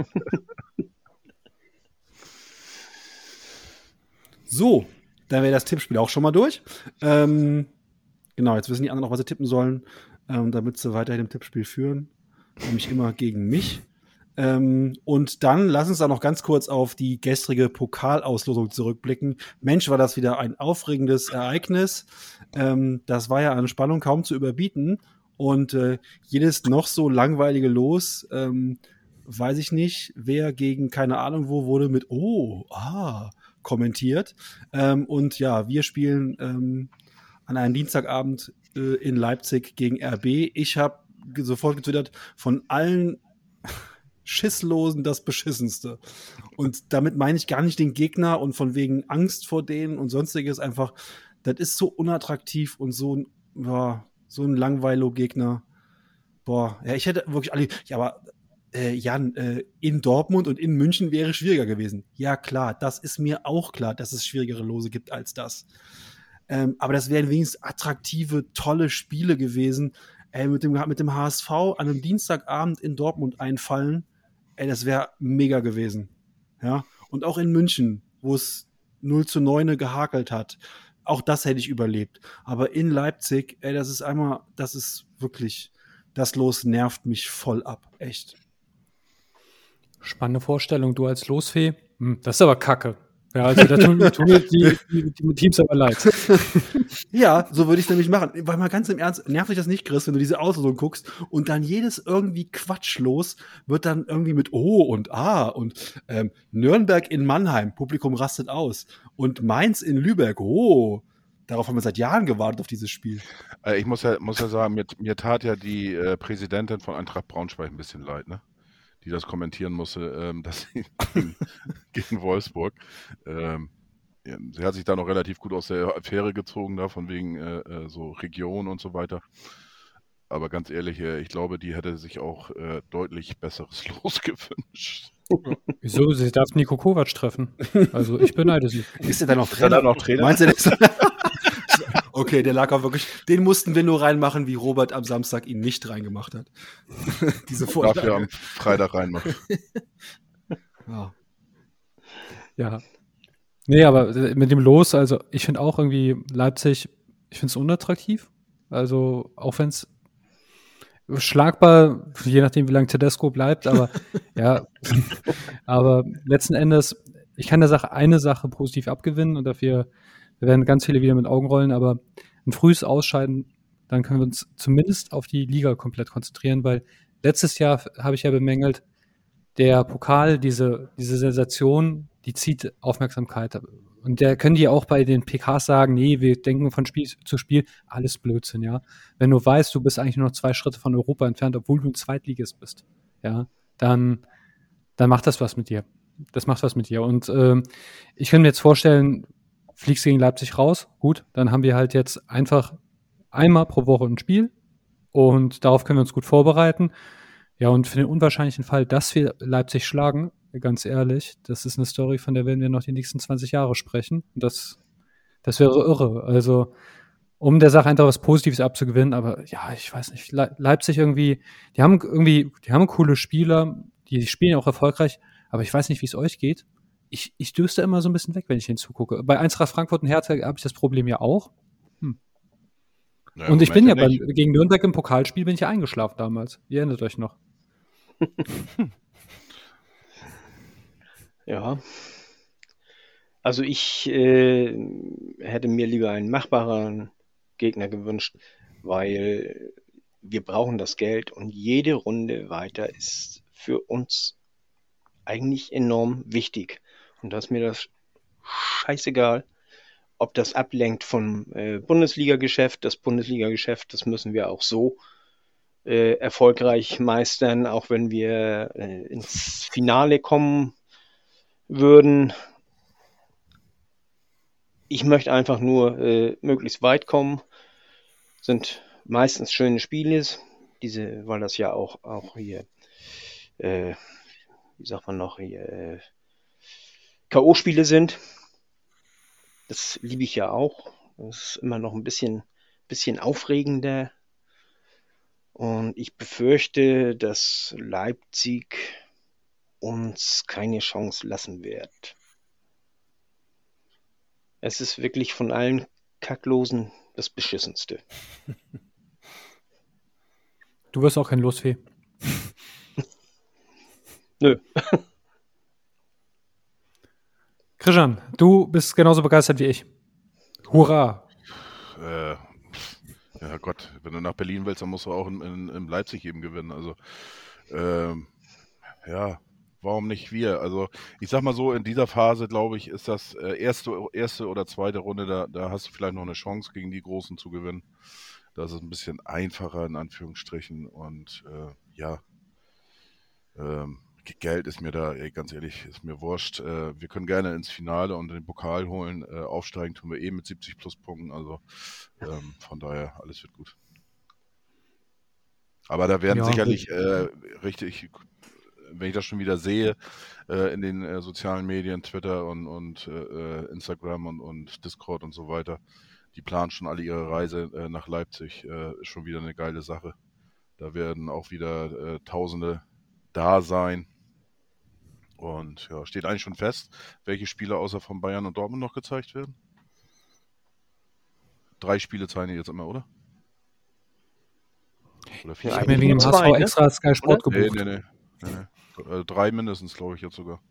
So, dann wäre das Tippspiel auch schon mal durch. Genau, jetzt wissen die anderen noch, was sie tippen sollen, damit sie weiterhin im Tippspiel führen. Nämlich immer gegen mich. Und dann lass uns da noch ganz kurz auf die gestrige Pokalauslosung zurückblicken. Mensch, war das wieder ein aufregendes Ereignis. Das war ja an Spannung kaum zu überbieten. Und jedes noch so langweilige Los, weiß ich nicht, wer gegen keine Ahnung wo wurde mit kommentiert. Und ja, wir spielen an einem Dienstagabend in Leipzig gegen RB. Ich habe sofort getwittert, von allen Schisslosen das Beschissenste. Und damit meine ich gar nicht den Gegner und von wegen Angst vor denen und sonstiges. Einfach, das ist so unattraktiv und so ein Langweilo-Gegner. Boah, ja, ich hätte wirklich alle. Ja, aber Jan, in Dortmund und in München wäre schwieriger gewesen. Ja, klar, das ist mir auch klar, dass es schwierigere Lose gibt als das. Aber das wären wenigstens attraktive, tolle Spiele gewesen. Mit dem HSV an einem Dienstagabend in Dortmund einfallen, das wäre mega gewesen. Ja? Und auch in München, wo es 0:9 gehakelt hat, auch das hätte ich überlebt. Aber in Leipzig, das ist wirklich, das Los nervt mich voll ab. Echt. Spannende Vorstellung, du als Losfee. Das ist aber kacke. Ja, also da tun mir die Teams aber leid. Ja, so würde ich es nämlich machen. Weil mal ganz im Ernst, nervt dich das nicht, Chris, wenn du diese Auslosung guckst und dann jedes irgendwie quatschlos wird dann irgendwie mit und Nürnberg in Mannheim, Publikum rastet aus. Und Mainz in Lübeck, darauf haben wir seit Jahren gewartet, auf dieses Spiel. Ich muss ja sagen, mir tat ja die Präsidentin von Eintracht Braunschweig ein bisschen leid, ne? Die das kommentieren musste, dass sie gegen Wolfsburg. Sie hat sich da noch relativ gut aus der Affäre gezogen, da von wegen so Region und so weiter. Aber ganz ehrlich, ich glaube, die hätte sich auch deutlich besseres Los gewünscht. Wieso? Sie darf Niko Kovac treffen. Also ich beneide sie. Ist er dann noch Trainer? Meinst du das? Okay, der lag auch wirklich. Den mussten wir nur reinmachen, wie Robert am Samstag ihn nicht reingemacht hat. Diese Vorlage. Dafür am Freitag reinmachen. Ja. Nee, aber mit dem Los, also ich finde auch irgendwie Leipzig, ich finde es unattraktiv. Also auch wenn es schlagbar, je nachdem wie lange Tedesco bleibt, aber ja, aber letzten Endes, ich kann eine Sache positiv abgewinnen und dafür werden ganz viele wieder mit Augen rollen, aber ein frühes Ausscheiden, dann können wir uns zumindest auf die Liga komplett konzentrieren, weil letztes Jahr habe ich ja bemängelt, der Pokal, diese Sensation, die zieht Aufmerksamkeit. Und da können die auch bei den PKs sagen, nee, wir denken von Spiel zu Spiel, alles Blödsinn, ja. Wenn du weißt, du bist eigentlich nur noch 2 Schritte von Europa entfernt, obwohl du ein Zweitligist bist, ja, dann macht das was mit dir. Das macht was mit dir. Und ich kann mir jetzt vorstellen, fliegst gegen Leipzig raus, gut, dann haben wir halt jetzt einfach einmal pro Woche ein Spiel und darauf können wir uns gut vorbereiten. Ja, und für den unwahrscheinlichen Fall, dass wir Leipzig schlagen, ganz ehrlich, das ist eine Story, von der werden wir noch die nächsten 20 Jahre sprechen. Und das wäre irre. Also, um der Sache einfach was Positives abzugewinnen, aber ja, ich weiß nicht, Leipzig irgendwie, die haben coole Spieler, die spielen auch erfolgreich, aber ich weiß nicht, wie es euch geht. Ich döste immer so ein bisschen weg, wenn ich hinzugucke. Bei Eintracht Frankfurt und Hertha habe ich das Problem ja auch. Ja, und ich bin ja gegen Nürnberg im Pokalspiel bin ich ja eingeschlafen damals. Ihr erinnert euch noch. Ja. Also ich hätte mir lieber einen machbaren Gegner gewünscht, weil wir brauchen das Geld und jede Runde weiter ist für uns eigentlich enorm wichtig. Und da ist mir das scheißegal, ob das ablenkt vom Bundesliga-Geschäft. Das Bundesliga-Geschäft, das müssen wir auch so erfolgreich meistern, auch wenn wir ins Finale kommen würden. Ich möchte einfach nur möglichst weit kommen. Sind meistens schöne Spiele, weil das ja auch hier, wie sagt man noch, hier K.O.-Spiele sind. Das liebe ich ja auch. Das ist immer noch ein bisschen aufregender. Und ich befürchte, dass Leipzig uns keine Chance lassen wird. Es ist wirklich von allen Kacklosen das Beschissenste. Du wirst auch kein Losfee. Nö. Christian, du bist genauso begeistert wie ich. Hurra! Ja Gott, wenn du nach Berlin willst, dann musst du auch in Leipzig eben gewinnen. Also, ja, warum nicht wir? Also, ich sag mal so, in dieser Phase, glaube ich, ist das erste oder zweite Runde, da hast du vielleicht noch eine Chance, gegen die Großen zu gewinnen. Das ist ein bisschen einfacher, in Anführungsstrichen. Und ja, Geld ist mir da, ganz ehrlich, ist mir wurscht. Wir können gerne ins Finale und den Pokal holen. Aufsteigen tun wir mit 70 Pluspunkten. Also von daher, alles wird gut. Aber da werden sicherlich richtig, wenn ich das schon wieder sehe, in den sozialen Medien, Twitter und Instagram und Discord und so weiter, die planen schon alle ihre Reise nach Leipzig. Ist schon wieder eine geile Sache. Da werden auch wieder Tausende da sein. Und ja, steht eigentlich schon fest, welche Spiele außer von Bayern und Dortmund noch gezeigt werden? 3 Spiele zeigen die jetzt immer, oder? Oder 4? Ich habe mir wegen dem HSV extra Sky Sport gebucht. Nee. 3 mindestens, glaube ich, jetzt sogar.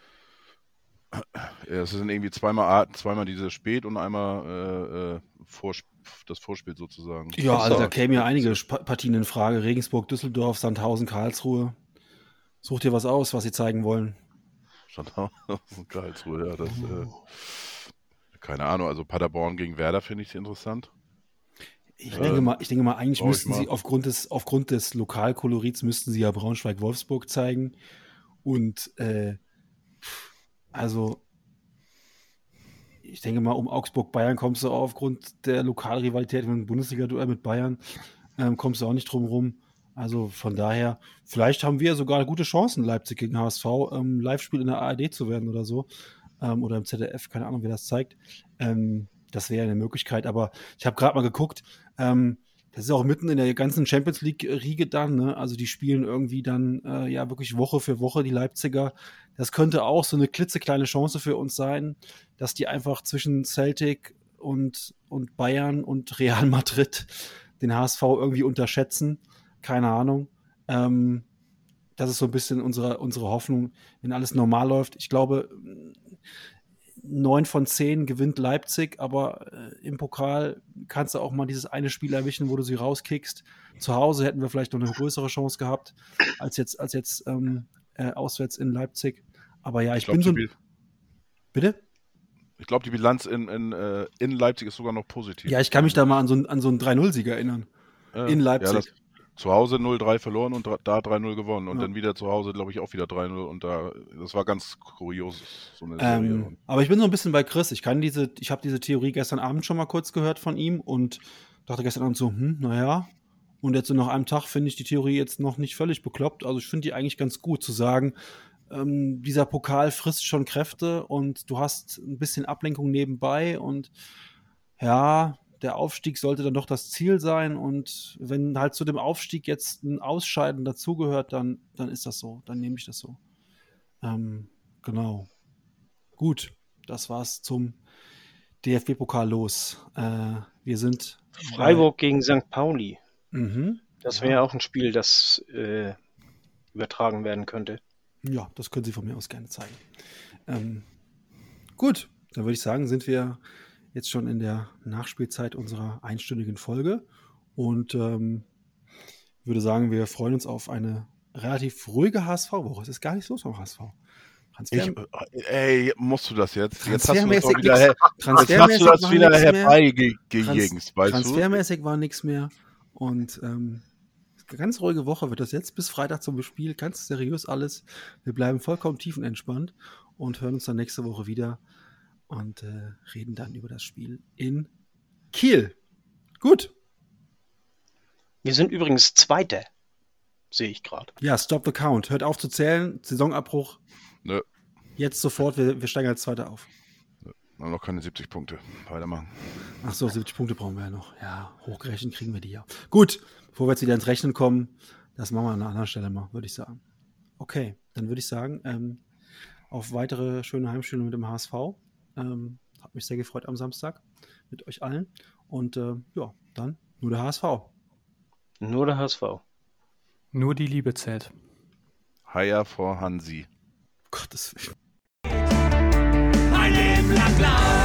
Es sind irgendwie zweimal diese Spät- und einmal das Vorspiel sozusagen. Ja, also da kämen ja einige Partien in Frage. Regensburg, Düsseldorf, Sandhausen, Karlsruhe. Such dir was aus, was sie zeigen wollen. Sandhausen, Karlsruhe, ja, das keine Ahnung, also Paderborn gegen Werder finde ich interessant. Ich denke mal, eigentlich müssten sie aufgrund des Lokalkolorits müssten sie ja Braunschweig-Wolfsburg zeigen. Und also ich denke mal, um Augsburg-Bayern kommst du auch aufgrund der Lokalrivalität im Bundesliga-Duell mit Bayern, kommst du auch nicht drum rum. Also von daher, vielleicht haben wir sogar gute Chancen, Leipzig gegen HSV, Live-Spiel in der ARD zu werden oder so. Oder im ZDF, keine Ahnung, wer das zeigt. Das wäre eine Möglichkeit, aber ich habe gerade mal geguckt, das ist auch mitten in der ganzen Champions League-Riege dann, ne? Also die spielen irgendwie dann ja wirklich Woche für Woche, die Leipziger. Das könnte auch so eine klitzekleine Chance für uns sein, dass die einfach zwischen Celtic und Bayern und Real Madrid den HSV irgendwie unterschätzen. Keine Ahnung. Das ist so ein bisschen unsere Hoffnung, wenn alles normal läuft. Ich glaube, 9 von 10 gewinnt Leipzig, aber im Pokal kannst du auch mal dieses eine Spiel erwischen, wo du sie rauskickst. Zu Hause hätten wir vielleicht noch eine größere Chance gehabt, als jetzt auswärts in Leipzig. Aber ja, ich bin so... Bitte? Ich glaube, die Bilanz in Leipzig ist sogar noch positiv. Ja, ich kann mich da mal an so einen 3-0-Sieg erinnern. In Leipzig. Ja, zu Hause 0-3 verloren und da 3-0 gewonnen. Und dann wieder zu Hause, glaube ich, auch wieder 3-0. Und das war ganz kurios, so eine Serie. Aber ich bin so ein bisschen bei Chris. Ich habe diese Theorie gestern Abend schon mal kurz gehört von ihm und dachte gestern Abend so, naja. Und jetzt so nach einem Tag finde ich die Theorie jetzt noch nicht völlig bekloppt. Also ich finde die eigentlich ganz gut zu sagen, dieser Pokal frisst schon Kräfte und du hast ein bisschen Ablenkung nebenbei und ja, der Aufstieg sollte dann doch das Ziel sein und wenn halt zu dem Aufstieg jetzt ein Ausscheiden dazugehört, dann ist das so, dann nehme ich das so. Genau. Gut, das war's zum DFB-Pokal los. Wir sind Freiburg gegen St. Pauli. Das wäre ja auch ein Spiel, das übertragen werden könnte. Ja, das können Sie von mir aus gerne zeigen. Gut, dann würde ich sagen, sind wir jetzt schon in der Nachspielzeit unserer einstündigen Folge und würde sagen, wir freuen uns auf eine relativ ruhige HSV-Woche. Es ist gar nichts los beim HSV. Musst du das jetzt? Jetzt hast du das wieder herbeigejengst, weißt du? Transfermäßig war nichts mehr und ganz ruhige Woche wird das jetzt bis Freitag zum Spiel. Ganz seriös alles. Wir bleiben vollkommen tiefenentspannt und hören uns dann nächste Woche wieder und reden dann über das Spiel in Kiel. Gut. Wir sind übrigens Zweiter, sehe ich gerade. Ja, stop the count. Hört auf zu zählen. Saisonabbruch. Nö. Jetzt sofort. Wir steigen als Zweiter auf. Nö. Noch keine 70 Punkte. Weitermachen. Ach so, 70 Punkte brauchen wir ja noch. Ja, hochgerechnet kriegen wir die ja. Gut, bevor wir jetzt wieder ins Rechnen kommen, das machen wir an einer anderen Stelle mal, würde ich sagen. Okay, dann würde ich sagen, auf weitere schöne Heimspiele mit dem HSV. Hat mich sehr gefreut am Samstag mit euch allen. Und ja, dann nur der HSV. Nur der HSV. Nur die Liebe zählt. Higher for Hansi. Gottes Willen. Ein Leben lang blau.